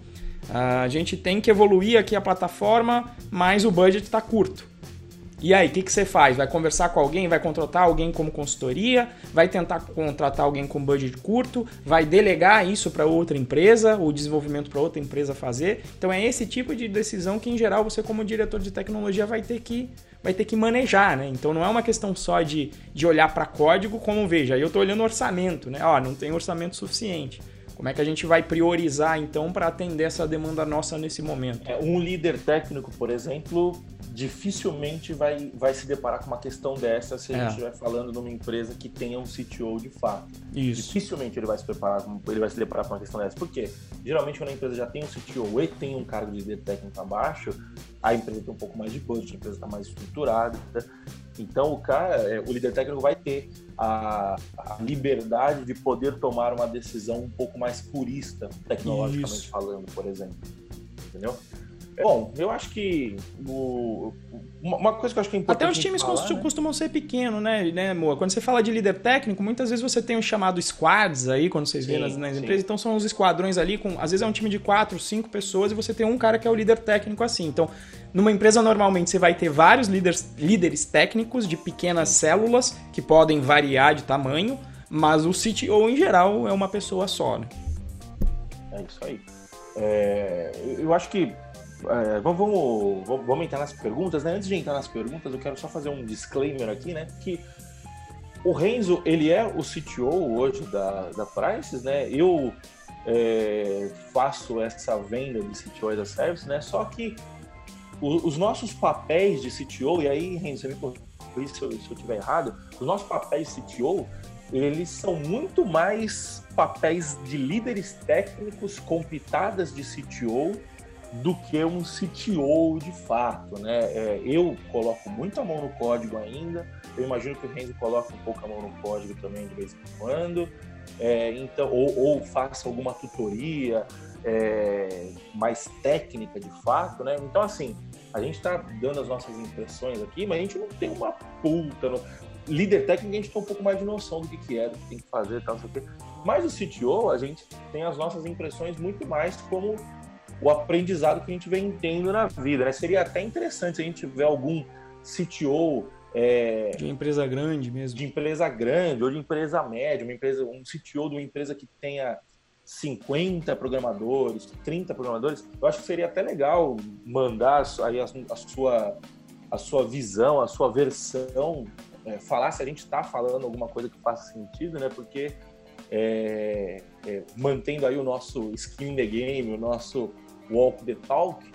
A gente tem que evoluir aqui a plataforma, mas o budget está curto. E aí, o que, que você faz? Vai conversar com alguém? Vai contratar alguém como consultoria? Vai tentar contratar alguém com budget curto? Vai delegar isso para outra empresa? O desenvolvimento para outra empresa fazer? Então é esse tipo de decisão que, em geral, você como diretor de tecnologia vai ter que, vai ter que manejar, né? Então não é uma questão só de, de olhar para código, como veja, eu estou olhando orçamento, né? Ó, não tem orçamento suficiente. Como é que a gente vai priorizar, então, para atender essa demanda nossa nesse momento? É, um líder técnico, por exemplo, dificilmente vai, vai se deparar com uma questão dessa se a é. gente estiver falando numa empresa que tenha um C T O de fato. Isso. Dificilmente ele vai se preparar, ele vai se deparar com uma questão dessa. Por quê? Geralmente, quando a empresa já tem um C T O e tem um cargo de líder técnico abaixo, a empresa tem um pouco mais de budget, a empresa está mais estruturada. Então, o cara, o líder técnico vai ter a, a liberdade de poder tomar uma decisão um pouco mais purista, tecnologicamente Isso. falando, por exemplo. Entendeu? Bom, eu acho que o, uma coisa que eu acho que é importante. Até os times falar, costumam, né? costumam ser pequenos, né, né, Moa? Quando você fala de líder técnico, muitas vezes você tem os chamados squads aí, quando vocês veem nas, nas empresas. Então são os esquadrões ali, com, às vezes é um time de quatro, cinco pessoas e você tem um cara que é o líder técnico assim. Então, numa empresa normalmente você vai ter vários líderes, líderes técnicos de pequenas células que podem variar de tamanho, mas o C T O em geral é uma pessoa só, né? É isso aí. É, eu acho que É, vamos, vamos, vamos entrar nas perguntas, né? Antes de entrar nas perguntas, eu quero só fazer um disclaimer aqui, né? Que o Renzo, ele é o C T O hoje da, da Prices, né? Eu é, faço essa venda de C T O as a Service, né? Só que o, os nossos papéis de C T O, e aí, Renzo, você me corrija se eu estiver errado, os nossos papéis de C T O, eles são muito mais papéis de líderes técnicos com pitadas de C T O do que um C T O de fato, né? É, eu coloco muito a mão no código ainda, eu imagino que o Renzo coloca um pouco a mão no código também de vez em quando, é, então, ou, ou faça alguma tutoria é, mais técnica de fato, né? Então, assim, a gente está dando as nossas impressões aqui, mas a gente não tem uma puta... No... Líder técnico, a gente tem um pouco mais de noção do que, que é, do que tem que fazer e tal, não sei o quê. Mas o C T O, a gente tem as nossas impressões muito mais como o aprendizado que a gente vem tendo na vida, né? Seria até interessante se a gente tiver algum C T O é, de empresa grande mesmo, de empresa grande ou de empresa média, uma empresa, um C T O de uma empresa que tenha cinquenta programadores, trinta programadores. Eu acho que seria até legal mandar aí a, a sua a sua visão, a sua versão, é, falar se a gente está falando alguma coisa que faça sentido, né? Porque é, é, mantendo aí o nosso skin in the game, o nosso walk the talk,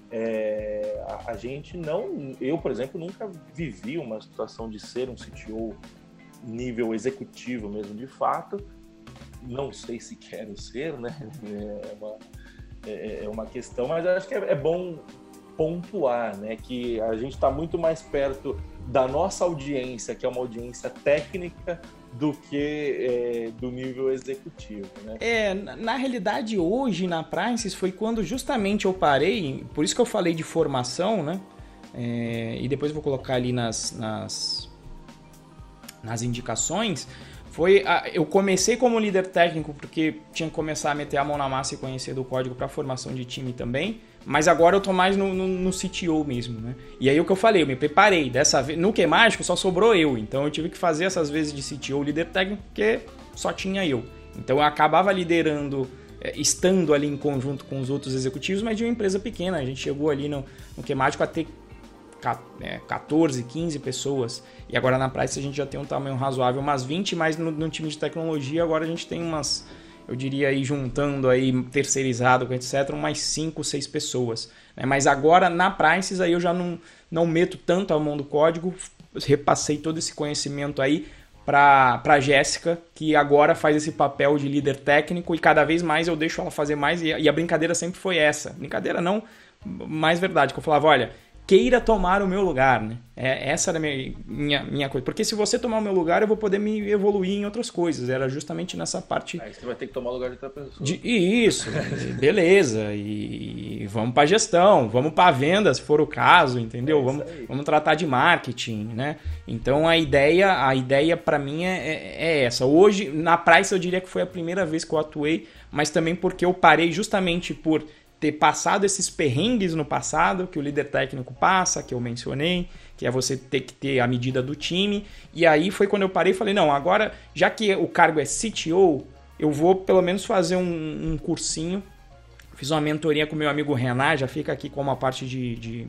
é, a, a gente não... Eu, por exemplo, nunca vivi uma situação de ser um C T O nível executivo mesmo, de fato. Não sei se quero ser, né? É uma, é, é uma questão, mas acho que é, é bom pontuar, né? Que a gente está muito mais perto da nossa audiência, que é uma audiência técnica, do que é, do nível executivo, né? É, na, na realidade, hoje na Prices foi quando justamente eu parei, por isso que eu falei de formação, né? É, e depois eu vou colocar ali nas, nas, nas indicações. Foi a, eu comecei como líder técnico porque tinha que começar a meter a mão na massa e conhecer do código para formação de time também, mas agora eu tô mais no, no, no C T O mesmo, né? E aí o que eu falei, eu me preparei, dessa vez, no QMágico só sobrou eu, então eu tive que fazer essas vezes de C T O líder técnico porque só tinha eu. Então eu acabava liderando, estando ali em conjunto com os outros executivos, mas de uma empresa pequena, a gente chegou ali no, no QMágico a ter quatorze, quinze pessoas, e agora na Price a gente já tem um tamanho razoável, umas vinte, mas no, no time de tecnologia agora a gente tem umas, eu diria aí juntando aí terceirizado com etc, umas cinco, seis pessoas, né? Mas agora na Prices aí eu já não, não meto tanto a mão do código, repassei todo esse conhecimento aí para a Jéssica, que agora faz esse papel de líder técnico, e cada vez mais eu deixo ela fazer mais, e a, e a brincadeira sempre foi essa, brincadeira não, mais verdade, que eu falava, olha, queira tomar o meu lugar, né? É, essa era a minha, minha, minha coisa. Porque se você tomar o meu lugar, eu vou poder me evoluir em outras coisas. Era justamente nessa parte... Aí você vai ter que tomar o lugar de outra pessoa. De, isso, beleza. E, e vamos para gestão, vamos para venda, se for o caso, entendeu? É vamos, vamos tratar de marketing, né? Então a ideia, a ideia para mim é, é, é essa. Hoje, na Price, eu diria que foi a primeira vez que eu atuei, mas também porque eu parei justamente por ter passado esses perrengues no passado, que o líder técnico passa, que eu mencionei, que é você ter que ter a medida do time. E aí foi quando eu parei e falei, não, agora, já que o cargo é C T O, eu vou pelo menos fazer um, um cursinho. Fiz uma mentoria com meu amigo Renan, já fica aqui como uma parte de, de,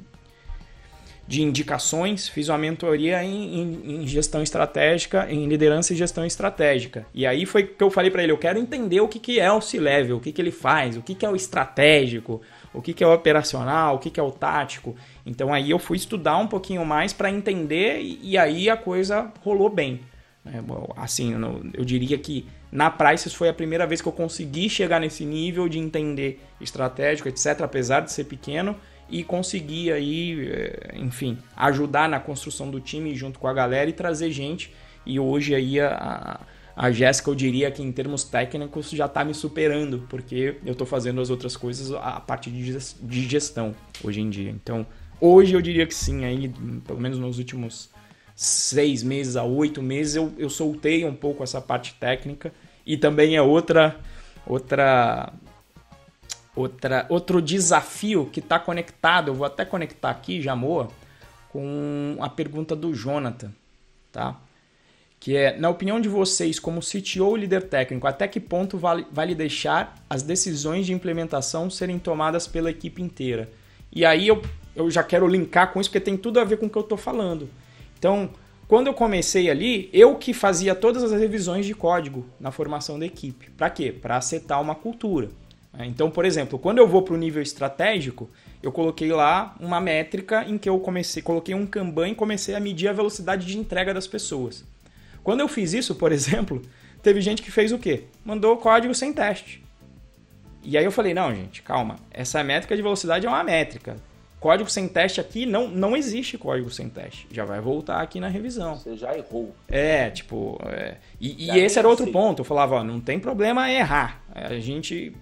de indicações. Fiz uma mentoria em, em, em gestão estratégica, em liderança e gestão estratégica. E aí foi que eu falei para ele, eu quero entender o que, que é o C-Level, o que, que ele faz, o que, que é o estratégico, o que, que é o operacional, o que, que é o tático. Então aí eu fui estudar um pouquinho mais para entender e, e aí a coisa rolou bem. Assim, eu diria que na Prices foi a primeira vez que eu consegui chegar nesse nível de entender estratégico, etcétera, apesar de ser pequeno, e conseguir aí, enfim, ajudar na construção do time junto com a galera e trazer gente. E hoje aí a, a Jéssica, eu diria que em termos técnicos já está me superando, porque eu estou fazendo as outras coisas a partir de gestão hoje em dia. Então, hoje eu diria que sim, aí, pelo menos nos últimos seis meses a oito meses, eu, eu soltei um pouco essa parte técnica. E também é outra... outra Outra, outro desafio que está conectado, eu vou até conectar aqui, Jamoa, com a pergunta do Jonathan, tá? Que é, na opinião de vocês, como C T O e líder técnico, até que ponto vale, vale deixar as decisões de implementação serem tomadas pela equipe inteira? E aí eu, eu já quero linkar com isso, porque tem tudo a ver com o que eu estou falando. Então, quando eu comecei ali, eu que fazia todas as revisões de código na formação da equipe. Para quê? Para acertar uma cultura. Então, por exemplo, quando eu vou para o nível estratégico, eu coloquei lá uma métrica em que eu comecei, coloquei um Kanban e comecei a medir a velocidade de entrega das pessoas. Quando eu fiz isso, por exemplo, teve gente que fez o quê? Mandou código sem teste. E aí eu falei, não, gente, calma, essa métrica de velocidade é uma métrica. Código sem teste aqui, não, não existe código sem teste. Já vai voltar aqui na revisão. Você já errou. É, tipo... É, e e esse era outro ponto. Eu falava, ó, não tem problema errar. A gente...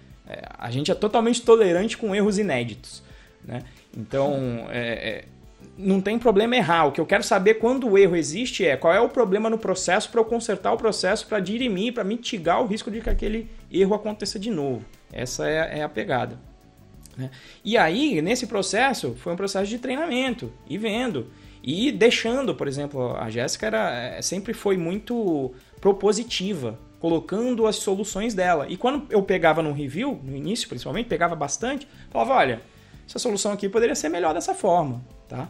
A gente é totalmente tolerante com erros inéditos, né? Então, é, é, não tem problema errar. O que eu quero saber quando o erro existe é qual é o problema no processo para eu consertar o processo, para dirimir, para mitigar o risco de que aquele erro aconteça de novo. Essa é, é a pegada, né? E aí, nesse processo, foi um processo de treinamento, e vendo, e deixando, por exemplo, a Jéssica era, sempre foi muito propositiva, colocando as soluções dela. E quando eu pegava no review, no início principalmente, pegava bastante, falava, olha, essa solução aqui poderia ser melhor dessa forma, tá?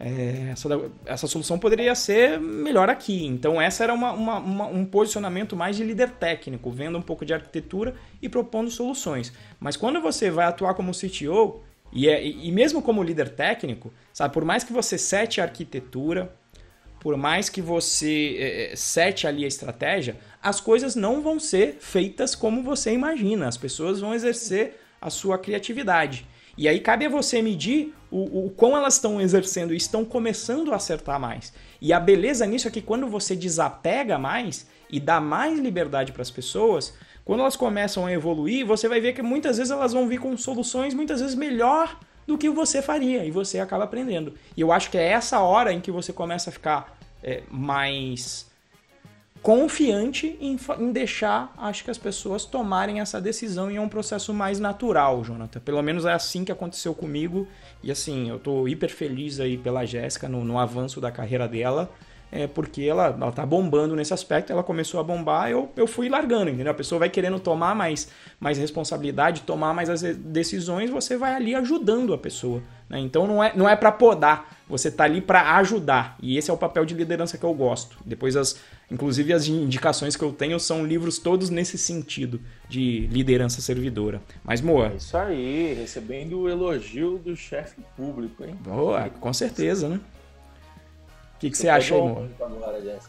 é, essa, essa solução poderia ser melhor aqui. Então essa era uma, uma, uma, um posicionamento mais de líder técnico, vendo um pouco de arquitetura e propondo soluções. Mas quando você vai atuar como C T O, e, é, e mesmo como líder técnico, sabe, por mais que você sete a arquitetura, por mais que você é, sete ali a estratégia, as coisas não vão ser feitas como você imagina. As pessoas vão exercer a sua criatividade. E aí cabe a você medir o, o quão elas estão exercendo e estão começando a acertar mais. E a beleza nisso é que quando você desapega mais e dá mais liberdade para as pessoas, quando elas começam a evoluir, você vai ver que muitas vezes elas vão vir com soluções muitas vezes melhor do que você faria, e você acaba aprendendo. E eu acho que é essa hora em que você começa a ficar é, mais confiante em, em deixar, acho que as pessoas tomarem essa decisão, e é um processo mais natural, Jonathan. Pelo menos é assim que aconteceu comigo, e assim, eu tô hiper feliz aí pela Jéssica no, no avanço da carreira dela, é, porque ela, ela tá bombando nesse aspecto, ela começou a bombar, eu, eu fui largando, entendeu? A pessoa vai querendo tomar mais, mais responsabilidade, tomar mais as decisões, você vai ali ajudando a pessoa, né? Então não é, não é para podar, você tá ali para ajudar, e esse é o papel de liderança que eu gosto. Depois, as, inclusive as indicações que eu tenho são livros todos nesse sentido, de liderança servidora. Mas, Moa... É isso aí, recebendo o elogio do chefe público, hein? Boa, com certeza, né? O que, que você acha aí, Moa? Agora, Jéssica.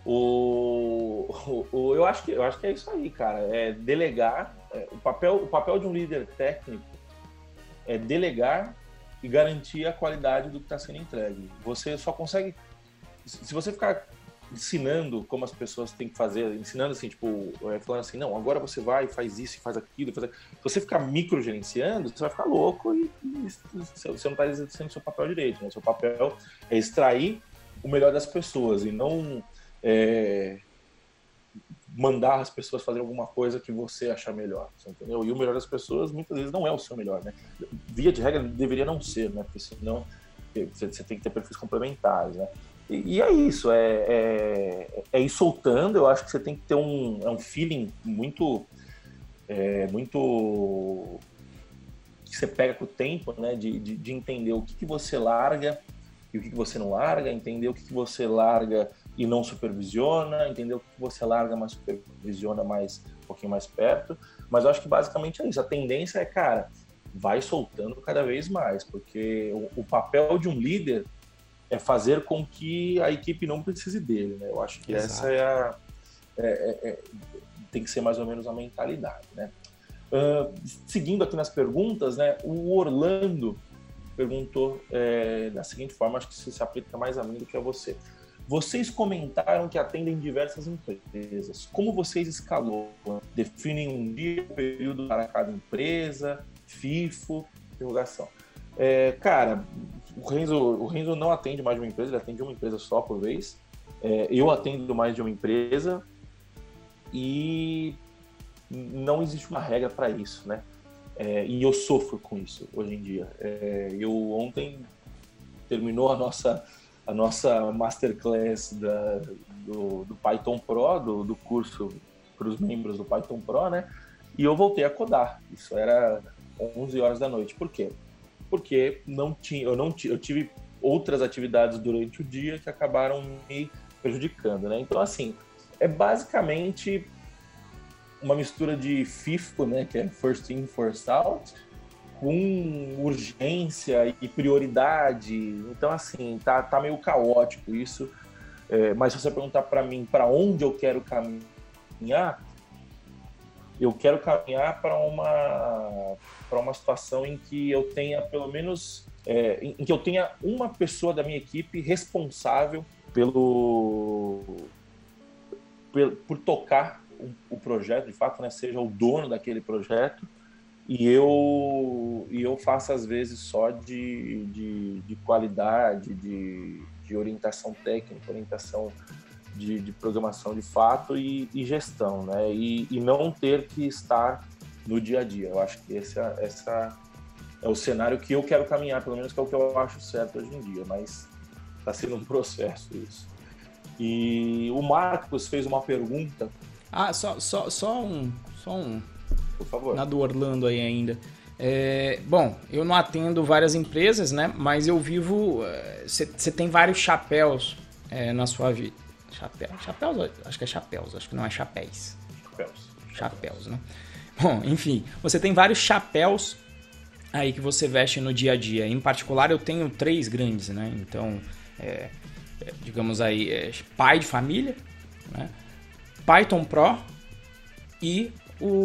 O, o, o, eu, acho que, eu acho que é isso aí, cara. É delegar. É, o, papel, o papel de um líder técnico é delegar e garantir a qualidade do que está sendo entregue. Você só consegue... Se você ficar ensinando como as pessoas têm que fazer, ensinando assim, tipo, falando assim, não, agora você vai e faz isso, faz aquilo, faz aquilo. Se você ficar microgerenciando, você vai ficar louco e, e você não está exercendo o seu papel direito, né? O seu papel é extrair o melhor das pessoas e não é, mandar as pessoas fazer alguma coisa que você achar melhor, entendeu? E o melhor das pessoas muitas vezes não é o seu melhor, né? Via de regra deveria não ser, né? Porque senão você tem que ter perfis complementares, né? E, e é isso, é, é, é ir soltando. Eu acho que você tem que ter um, é um feeling muito, é, muito que você pega com o tempo, né? De, de, de entender o que, que você larga e o que, que você não larga, entender o que, que você larga e não supervisiona, entender o que, que você larga, mas supervisiona mais, um pouquinho mais perto. Mas eu acho que basicamente é isso. A tendência é, cara, vai soltando cada vez mais, porque o, o papel de um líder é fazer com que a equipe não precise dele, né? Eu acho que Exato. essa é a... É, é, é, tem que ser mais ou menos a mentalidade, né? Uh, seguindo aqui nas perguntas, né? O Orlando perguntou é, da seguinte forma, acho que isso se aplica mais a mim do que a você. Vocês comentaram que atendem diversas empresas. Como vocês escalam? Definem um dia, um período para cada empresa, FIFO, interrogação. É, cara, o Renzo, o Renzo não atende mais de uma empresa, ele atende uma empresa só por vez. É, eu atendo mais de uma empresa e não existe uma regra para isso, né? É, e eu sofro com isso hoje em dia. É, eu ontem terminou a nossa, a nossa masterclass da, do, do Python Pro, do, do curso para os membros do Python Pro, né? E eu voltei a codar. Isso era onze horas da noite. Por quê? Porque não tinha, eu, não eu tive outras atividades durante o dia que acabaram me prejudicando, né? Então, assim, é basicamente uma mistura de FIFO, né, que é First In, First Out, com urgência e prioridade. Então, assim, tá, tá meio caótico isso. É, mas se você perguntar para mim para onde eu quero caminhar, eu quero caminhar para uma, para uma situação em que eu tenha pelo menos... É, em, em que eu tenha uma pessoa da minha equipe responsável pelo, pelo por tocar o projeto, de fato, né, seja o dono daquele projeto, e eu, e eu faço às vezes só de, de, de qualidade, de, de orientação técnica, orientação de, de programação de fato e, e gestão, né, e, e não ter que estar no dia a dia. Eu acho que esse é, essa é o cenário que eu quero caminhar, pelo menos que é o que eu acho certo hoje em dia, mas está sendo um processo isso. E o Marcos fez uma pergunta. Ah, só, só, só um... Só um... Por favor. Na do Orlando aí ainda. É, bom, eu não atendo várias empresas, né? Mas eu vivo... Você tem vários chapéus é, na sua vida. Chapéu, chapéus? Acho que é chapéus, acho que não é chapéus. Chapéus. Chapéus, né? Bom, enfim, você tem vários chapéus aí que você veste no dia a dia. Em particular, eu tenho três grandes, né? Então, é, é, digamos aí, é, pai de família, né? Python Pro e,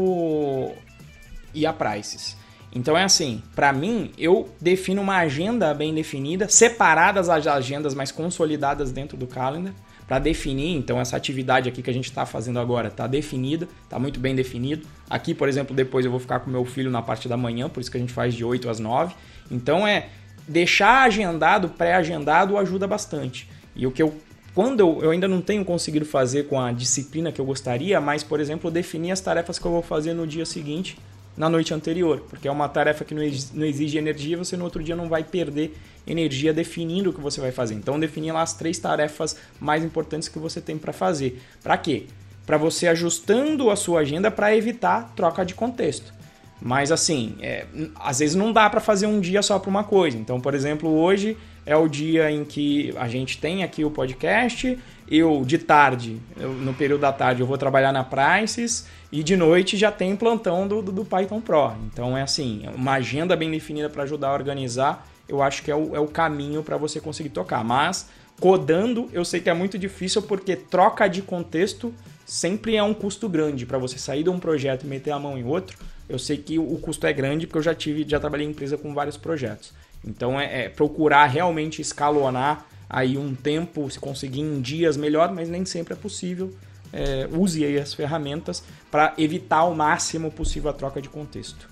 o, e a Prices. Então é assim, para mim, eu defino uma agenda bem definida, separadas as agendas, mas consolidadas dentro do Calendar, para definir, então, essa atividade aqui que a gente está fazendo agora está definida, está muito bem definido. Aqui, por exemplo, depois eu vou ficar com meu filho na parte da manhã, por isso que a gente faz de oito às nove. Então, é deixar agendado, pré-agendado, ajuda bastante. E o que eu, quando eu, eu ainda não tenho conseguido fazer com a disciplina que eu gostaria, mas, por exemplo, definir as tarefas que eu vou fazer no dia seguinte, na noite anterior, porque é uma tarefa que não exige energia, você no outro dia não vai perder energia definindo o que você vai fazer. Então, definir lá as três tarefas mais importantes que você tem para fazer. Para quê? Para você ajustando a sua agenda para evitar troca de contexto. Mas, assim, é, às vezes não dá para fazer um dia só para uma coisa. Então, por exemplo, hoje é o dia em que a gente tem aqui o podcast. Eu, de tarde, eu, no período da tarde, eu vou trabalhar na Prices e de noite já tem plantão do, do, do Python Pro. Então, é assim, uma agenda bem definida para ajudar a organizar, eu acho que é o, é o caminho para você conseguir tocar. Mas, codando, eu sei que é muito difícil porque troca de contexto sempre é um custo grande. Para você sair de um projeto e meter a mão em outro, eu sei que o custo é grande porque eu já, tive, já trabalhei em empresa com vários projetos. Então, é, é procurar realmente escalonar aí um tempo, se conseguir em dias melhor, mas nem sempre é possível. É, use aí as ferramentas para evitar ao máximo possível a troca de contexto.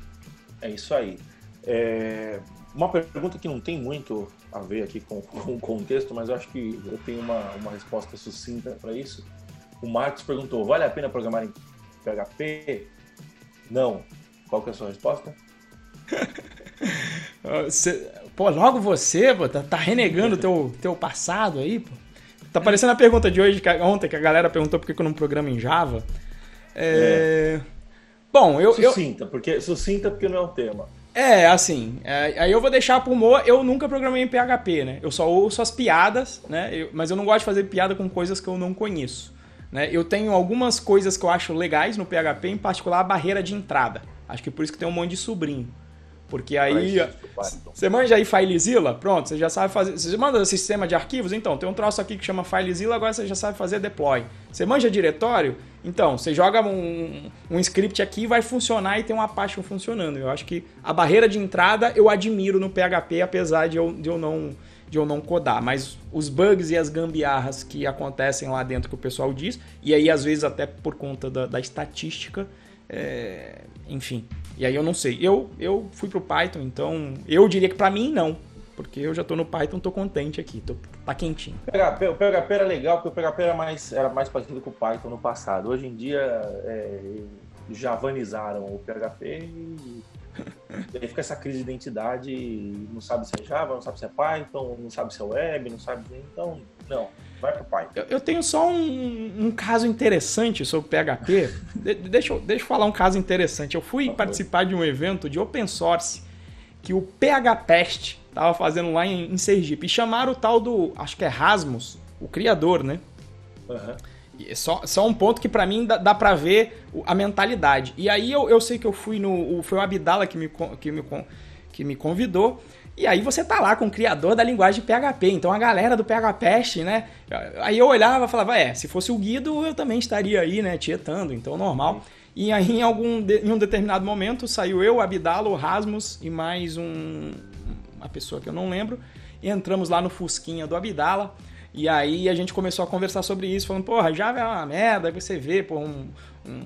É isso aí. É, uma pergunta que não tem muito a ver aqui com, com o contexto, mas eu acho que eu tenho uma, uma resposta sucinta para isso. O Marcos perguntou, vale a pena programar em P H P? Não. Qual que é a sua resposta? Você, pô, logo você, pô, tá, tá renegando o teu, teu passado aí, pô. Tá parecendo a pergunta de hoje, que, ontem, que a galera perguntou por que eu não programo em Java. É... É. Bom, eu... Sucinta, eu... Porque, sucinta porque não é o tema. É, assim, é, aí eu vou deixar pro Mo, eu nunca programei em P H P, né? Eu só ouço as piadas, né? Eu, mas eu não gosto de fazer piada com coisas que eu não conheço, né? Eu tenho algumas coisas que eu acho legais no P H P, em particular a barreira de entrada. Acho que por isso que tem um monte de sobrinho. Porque aí, você manja aí FileZilla? Pronto, você já sabe fazer... Você manda sistema de arquivos? Então, tem um troço aqui que chama FileZilla, agora você já sabe fazer deploy. Você manja diretório? Então, você joga um, um script aqui e vai funcionar e tem uma Apache funcionando. Eu acho que a barreira de entrada eu admiro no P H P, apesar de eu, de eu, não, de eu não codar. Mas os bugs e as gambiarras que acontecem lá dentro que o pessoal diz, e aí às vezes até por conta da, da estatística, é, enfim... E aí eu não sei. Eu, eu fui pro Python, então eu diria que pra mim não. Porque eu já tô no Python, tô contente aqui, tô, tá quentinho. O P H P, o P H P era legal, porque o P H P era mais, era mais parecido com o Python no passado. Hoje em dia, é, javanizaram o P H P e aí fica essa crise de identidade, não sabe se é Java, não sabe se é Python, não sabe se é web, não sabe... Então, não, vai pro Python. Eu, eu tenho só um, um caso interessante sobre o P H P. de, deixa, eu, deixa eu falar um caso interessante. Eu fui ah, participar foi. de um evento de open source que o PHPest estava fazendo lá em, em Sergipe. E chamaram o tal do, acho que é Rasmus, o criador, né? Uhum. E só, só um ponto que pra mim dá, dá pra ver a mentalidade. E aí eu, eu sei que eu fui no... Foi o Abdala que me, que, me, que me convidou. E aí você tá lá com o criador da linguagem de P H P. Então a galera do PHPest, né? Aí eu olhava e falava, é, se fosse o Guido eu também estaria aí, né? Tietando, então normal. Sim. E aí em, algum, em um determinado momento saiu eu, o Abdala, o Rasmus e mais um, uma pessoa que eu não lembro. E entramos lá no Fusquinha do Abdala. E aí a gente começou a conversar sobre isso, falando, porra, Java é uma merda, aí você vê, pô, um, um,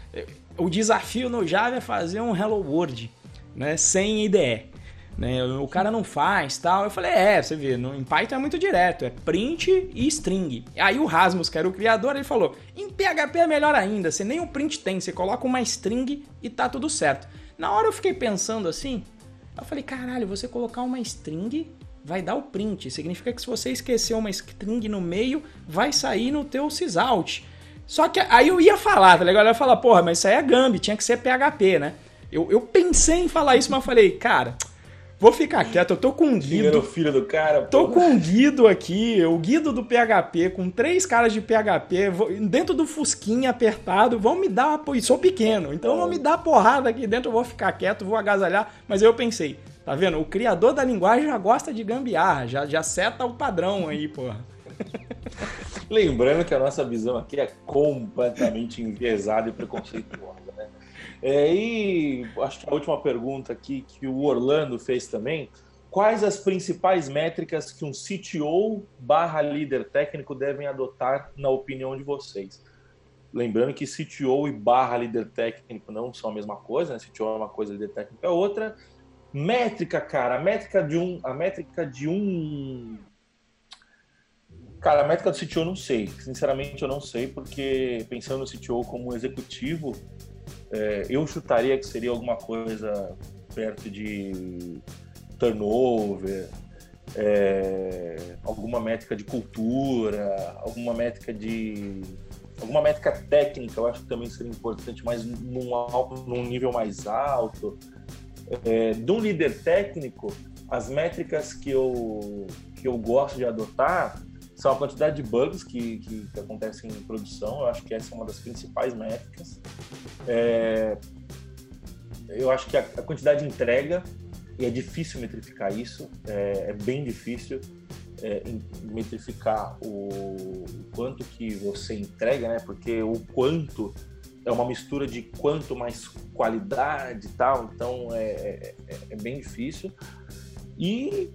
o desafio no Java é fazer um Hello World, né, sem I D E, né, o cara não faz, tal. Eu falei, é, você vê, no, em Python é muito direto, é print e string. Aí o Rasmus, que era o criador, ele falou, em P H P é melhor ainda, você nem o print tem, você coloca uma string e tá tudo certo. Na hora eu fiquei pensando assim, eu falei, caralho, você colocar uma string... vai dar o print, significa que se você esquecer uma string no meio, vai sair no teu sysout. Só que aí eu ia falar, tá ligado? Eu ia falar, porra, mas isso aí é Gambi, tinha que ser P H P, né? Eu, eu pensei em falar isso, mas eu falei, cara, vou ficar quieto, eu tô com um Guido. Era o filho do cara, pô. Tô com um Guido aqui, o Guido do P H P, com três caras de P H P, vou, dentro do fusquinha apertado, vão me dar uma... E sou pequeno, então vão me dar porrada aqui dentro, eu vou ficar quieto, vou agasalhar. Mas eu pensei, tá vendo? O criador da linguagem já gosta de gambiarra, já, já seta o padrão aí, porra. Lembrando que a nossa visão aqui é completamente enviesada e preconceituosa, né? É, e acho que a última pergunta aqui que o Orlando fez também: quais as principais métricas que um C T O barra líder técnico devem adotar na opinião de vocês? Lembrando que C T O e barra líder técnico não são a mesma coisa, né? C T O é uma coisa, líder técnico é outra. Métrica, cara, a métrica de um... A métrica de um... Cara, a métrica do C T O eu não sei. Sinceramente, eu não sei, porque pensando no C T O como executivo, é, eu chutaria que seria alguma coisa perto de turnover, é, alguma métrica de cultura, alguma métrica de... alguma métrica técnica, eu acho que também seria importante, mas num, num nível mais alto. É, de um líder técnico, as métricas que eu, que eu gosto de adotar são a quantidade de bugs que, que, que acontecem em produção. Eu acho que essa é uma das principais métricas. É, eu acho que a, a quantidade de entrega, e é difícil metrificar isso, é, é bem difícil é, metrificar o, o quanto que você entrega, né? Porque o quanto é uma mistura de quanto mais qualidade e tal, então é, é, é bem difícil. E,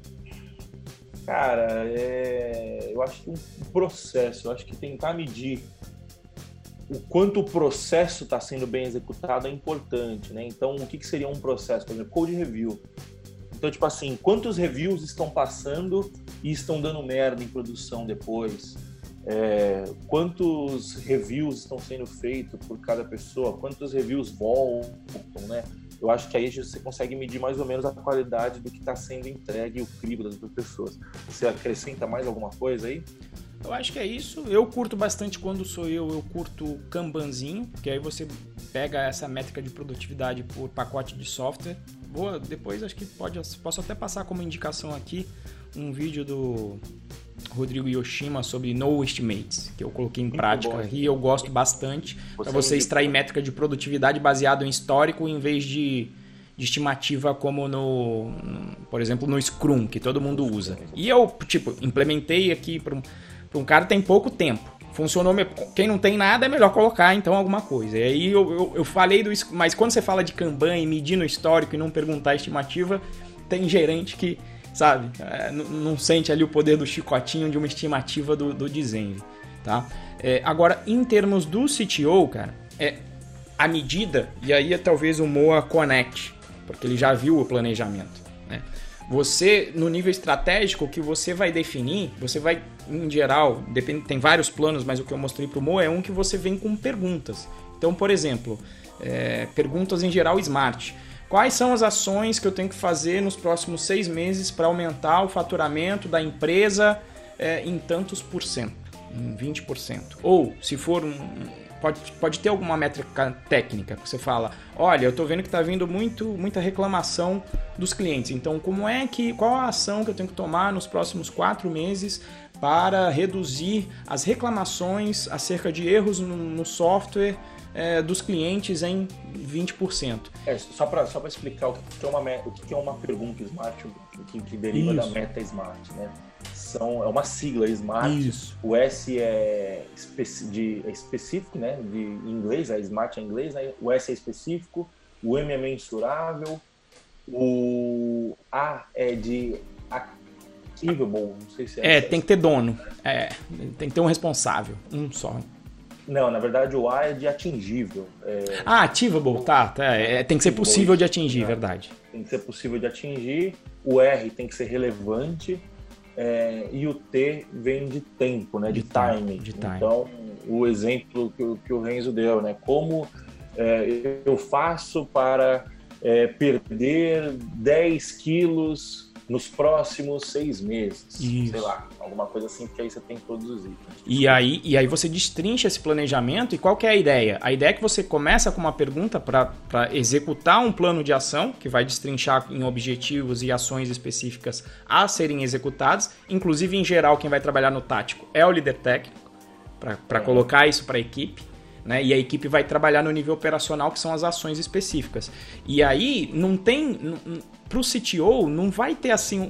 cara, é, eu acho que um processo, eu acho que tentar medir o quanto o processo está sendo bem executado é importante, né? Então, o que, que seria um processo? Por exemplo, code review. Então, tipo assim, quantos reviews estão passando e estão dando merda em produção depois? É, quantos reviews estão sendo feitos por cada pessoa, quantos reviews voltam, né? Eu acho que aí você consegue medir mais ou menos a qualidade do que está sendo entregue e o crivo das outras pessoas. Você acrescenta mais alguma coisa aí? Eu acho que é isso. Eu curto bastante quando sou eu, eu curto Kanbanzinho, porque aí você pega essa métrica de produtividade por pacote de software. Vou, depois acho que pode, posso até passar como indicação aqui um vídeo do Rodrigo Yoshima sobre No Estimates, que eu coloquei em Muito prática bom, e eu gosto bastante, para você extrair métrica de produtividade baseado em histórico em vez de, de estimativa como no, no, por exemplo, no Scrum, que todo mundo usa. E eu, tipo, implementei aqui para um, para um cara que tem pouco tempo. Funcionou, quem não tem nada é melhor colocar então alguma coisa. E aí eu, eu, eu falei do... Mas quando você fala de Kanban e medir no histórico e não perguntar a estimativa, tem gerente que, sabe, é, não, não sente ali o poder do chicotinho de uma estimativa do, do desenho, tá? É, agora, em termos do C T O, cara, é a medida, e aí é talvez o Moa Connect, porque ele já viu o planejamento, né? Você, no nível estratégico, o que você vai definir, você vai, em geral, depende, tem vários planos, mas o que eu mostrei para o Mo é um que você vem com perguntas. Então, por exemplo, é, perguntas em geral smart. Quais são as ações que eu tenho que fazer nos próximos seis meses para aumentar o faturamento da empresa é, em tantos por cento, em vinte por cento? Ou, se for um... Pode, pode ter alguma métrica técnica que você fala, olha, eu estou vendo que está vindo muito, muita reclamação dos clientes, então como é que, qual a ação que eu tenho que tomar nos próximos quatro meses para reduzir as reclamações acerca de erros no, no software é, dos clientes em vinte por cento? É, só para só para explicar o que é uma, o que é uma pergunta smart, o que, que deriva Isso. da meta smart, né? São, é uma sigla smart. Isso. O S é, especi, de, é específico, né? De, em inglês, a smart é em inglês, né? O S é específico, o M é mensurável, o A é de achievable, não sei se é. É, tem que ter dono, é, tem que ter um responsável, um só. Não, na verdade o A é de atingível. É... Ah, achievable, tá, tá. É, tem que ser possível de atingir, né? Verdade. Tem que ser possível de atingir, o R tem que ser relevante. É, e o T vem de tempo, né? De, de timing. De time. Então, o exemplo que, o, que o Renzo deu, né? Como é, eu faço para é, perder dez quilos nos próximos seis meses, Isso. sei lá, alguma coisa assim, porque aí você tem todos os itens. E aí, e aí você destrincha esse planejamento, e qual que é a ideia? A ideia é que você começa com uma pergunta para executar um plano de ação, que vai destrinchar em objetivos e ações específicas a serem executadas, inclusive em geral quem vai trabalhar no tático é o líder técnico, para é. colocar isso para a equipe. Né? E a equipe vai trabalhar no nível operacional, que são as ações específicas. E aí, não tem... Para o C T O, não vai ter assim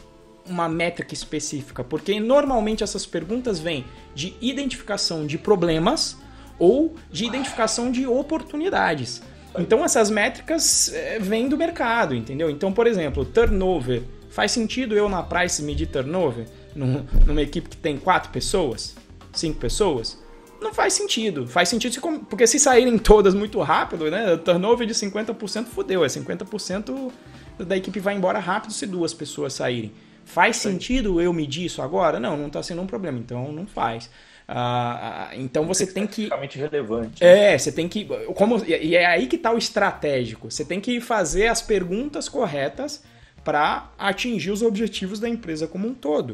uma métrica específica, porque normalmente essas perguntas vêm de identificação de problemas ou de identificação de oportunidades. Então, essas métricas é, vêm do mercado, entendeu? Então, por exemplo, turnover. Faz sentido eu, na Price, medir turnover num, numa equipe que tem quatro pessoas? Cinco pessoas? Não faz sentido. Faz sentido se, porque se saírem todas muito rápido, né? Turnover de cinquenta por cento fodeu. É cinquenta por cento da equipe vai embora rápido se duas pessoas saírem. Faz sentido eu medir isso agora? Não, não está sendo um problema. Então não faz. Ah, então você tem que... Especificamente relevante. É, você tem que... Como, e é aí que está o estratégico. Você tem que fazer as perguntas corretas para atingir os objetivos da empresa como um todo.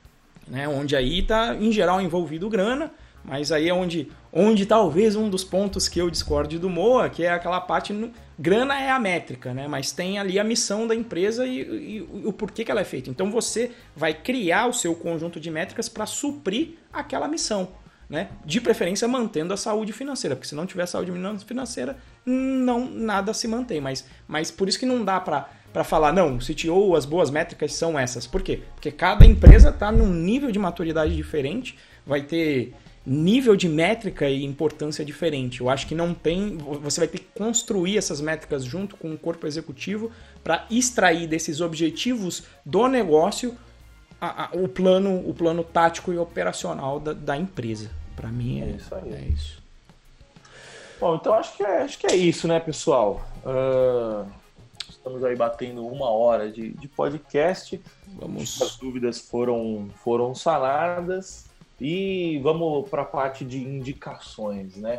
Né? Onde aí está, em geral, envolvido grana. Mas aí é onde, onde talvez um dos pontos que eu discordo do Moa, que é aquela parte... No, grana é a métrica, né? Mas tem ali a missão da empresa e, e, e o porquê que ela é feita. Então você vai criar o seu conjunto de métricas para suprir aquela missão. Né? De preferência mantendo a saúde financeira, porque se não tiver saúde financeira, não, nada se mantém. Mas, mas por isso que não dá para... para falar, não, C T O, as boas métricas são essas. Por quê? Porque cada empresa está num nível de maturidade diferente, vai ter nível de métrica e importância diferente. Eu acho que não tem... Você vai ter que construir essas métricas junto com o corpo executivo para extrair desses objetivos do negócio a, a, o, plano, o plano tático e operacional da, da empresa. Para mim é, é isso aí. É isso. Bom, então acho que é, acho que é isso, né, pessoal? Uh... Estamos aí batendo uma hora de, de podcast. Vamos... As dúvidas foram, foram sanadas. E vamos para a parte de indicações, né?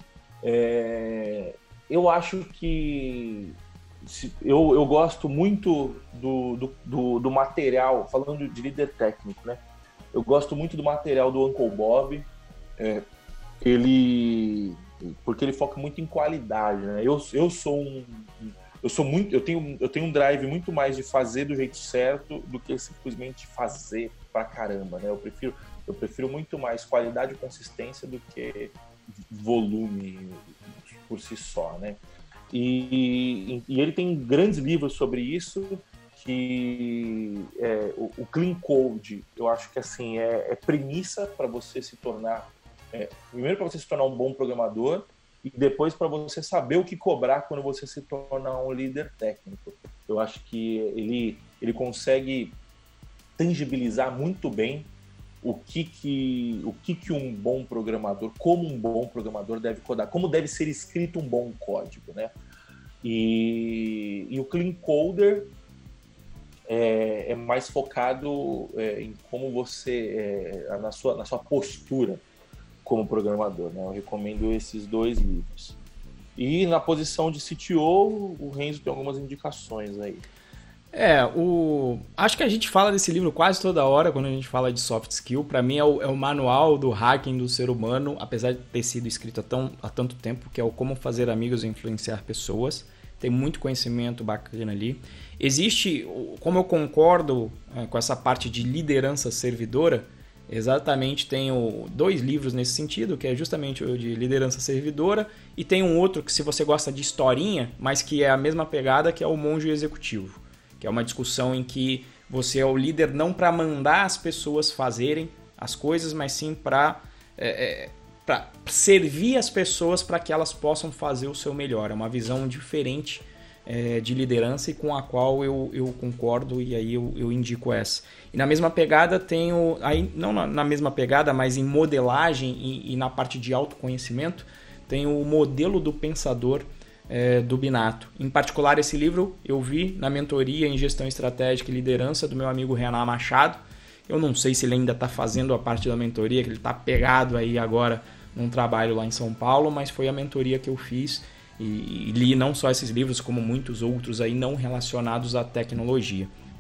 É, eu acho que... Se, eu, eu gosto muito do, do, do, do material, falando de líder técnico, né? Eu gosto muito do material do Uncle Bob. É, ele... Porque ele foca muito em qualidade, né? Eu, eu sou um... Eu sou muito, eu tenho, eu tenho um drive muito mais de fazer do jeito certo do que simplesmente fazer pra caramba, né? Eu prefiro, eu prefiro muito mais qualidade e consistência do que volume por si só, né? E, e ele tem grandes livros sobre isso, que é, o, o Clean Code, eu acho que assim é, é premissa para você se tornar, é, primeiro para você se tornar um bom programador, e depois para você saber o que cobrar quando você se torna um líder técnico. Eu acho que ele, ele consegue tangibilizar muito bem o que que, o que que um bom programador, como um bom programador deve codar, como deve ser escrito um bom código, né? E, e o Clean Coder é, é mais focado é, em como você, é, na, sua, na sua postura como programador, né? Eu recomendo esses dois livros. E na posição de C T O, o Renzo tem algumas indicações aí. É, o... acho que a gente fala desse livro quase toda hora quando a gente fala de soft skill. Para mim é o, é o manual do hacking do ser humano, apesar de ter sido escrito há, tão, há tanto tempo, que é o Como Fazer Amigos e Influenciar Pessoas. Tem muito conhecimento bacana ali. Existe, como eu concordo é, com essa parte de liderança servidora, exatamente, tenho dois livros nesse sentido, que é justamente o de liderança servidora, e tem um outro que, se você gosta de historinha, mas que é a mesma pegada, que é o Monge Executivo, que é uma discussão em que você é o líder não para mandar as pessoas fazerem as coisas, mas sim para é, para servir as pessoas para que elas possam fazer o seu melhor. É uma visão diferente é, de liderança e com a qual eu, eu concordo, e aí eu, eu indico essa. E na mesma pegada tenho, aí, não na, na mesma pegada, mas em modelagem e, e na parte de autoconhecimento, tem o Modelo do Pensador é, do Binato. Em particular, esse livro eu vi na mentoria em Gestão Estratégica e Liderança do meu amigo Renan Machado. Eu não sei se ele ainda está fazendo a parte da mentoria, que ele está pegado aí agora num trabalho lá em São Paulo, mas foi a mentoria que eu fiz e, e li não só esses livros, como muitos outros aí não relacionados à tecnologia.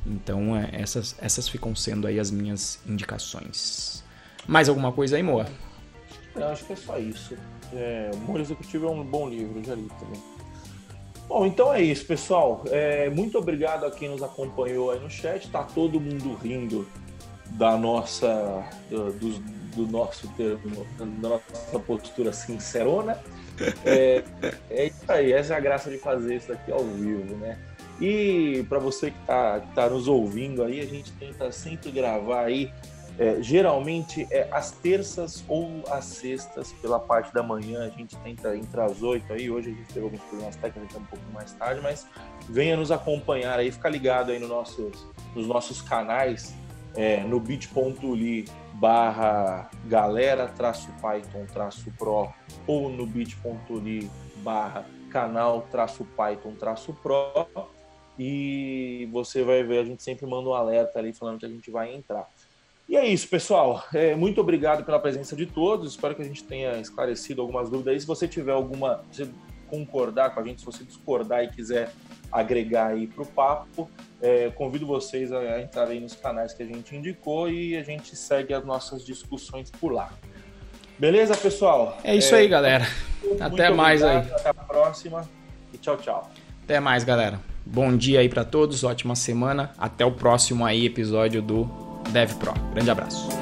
Então é, essas, essas ficam sendo aí as minhas indicações. Mais alguma coisa aí, Moa? Eu acho que é só isso. É, o Humor Executivo é um bom livro, já li também. Bom, então é isso, pessoal. É, muito obrigado a quem nos acompanhou aí no chat. Tá todo mundo rindo da nossa, do, do, do nosso termo, da nossa postura sincerona. É, é isso aí, essa é a graça de fazer isso aqui ao vivo, né? E para você que tá, que tá nos ouvindo aí, a gente tenta sempre gravar aí, é, geralmente é às terças ou às sextas, pela parte da manhã, a gente tenta entre as oito aí, hoje a gente teve alguns problemas técnicos, tá um pouco mais tarde, mas venha nos acompanhar aí, fica ligado aí no nossos, nos nossos canais, é, no bit.ly barra galera traço python traço pro ou no bit.ly barra canal traço python traço pro, e você vai ver, a gente sempre manda um alerta ali falando que a gente vai entrar. E é isso, pessoal. É, muito obrigado pela presença de todos. Espero que a gente tenha esclarecido algumas dúvidas aí. Se você tiver alguma, se você concordar com a gente, se você discordar e quiser agregar aí para o papo, é, convido vocês a entrarem nos canais que a gente indicou e a gente segue as nossas discussões por lá. Beleza, pessoal? É isso é, aí, galera. Até mais obrigado, aí. Até a próxima e tchau, tchau. Até mais, galera. Bom dia aí para todos, ótima semana. Até o próximo aí episódio do DevPro. Grande abraço.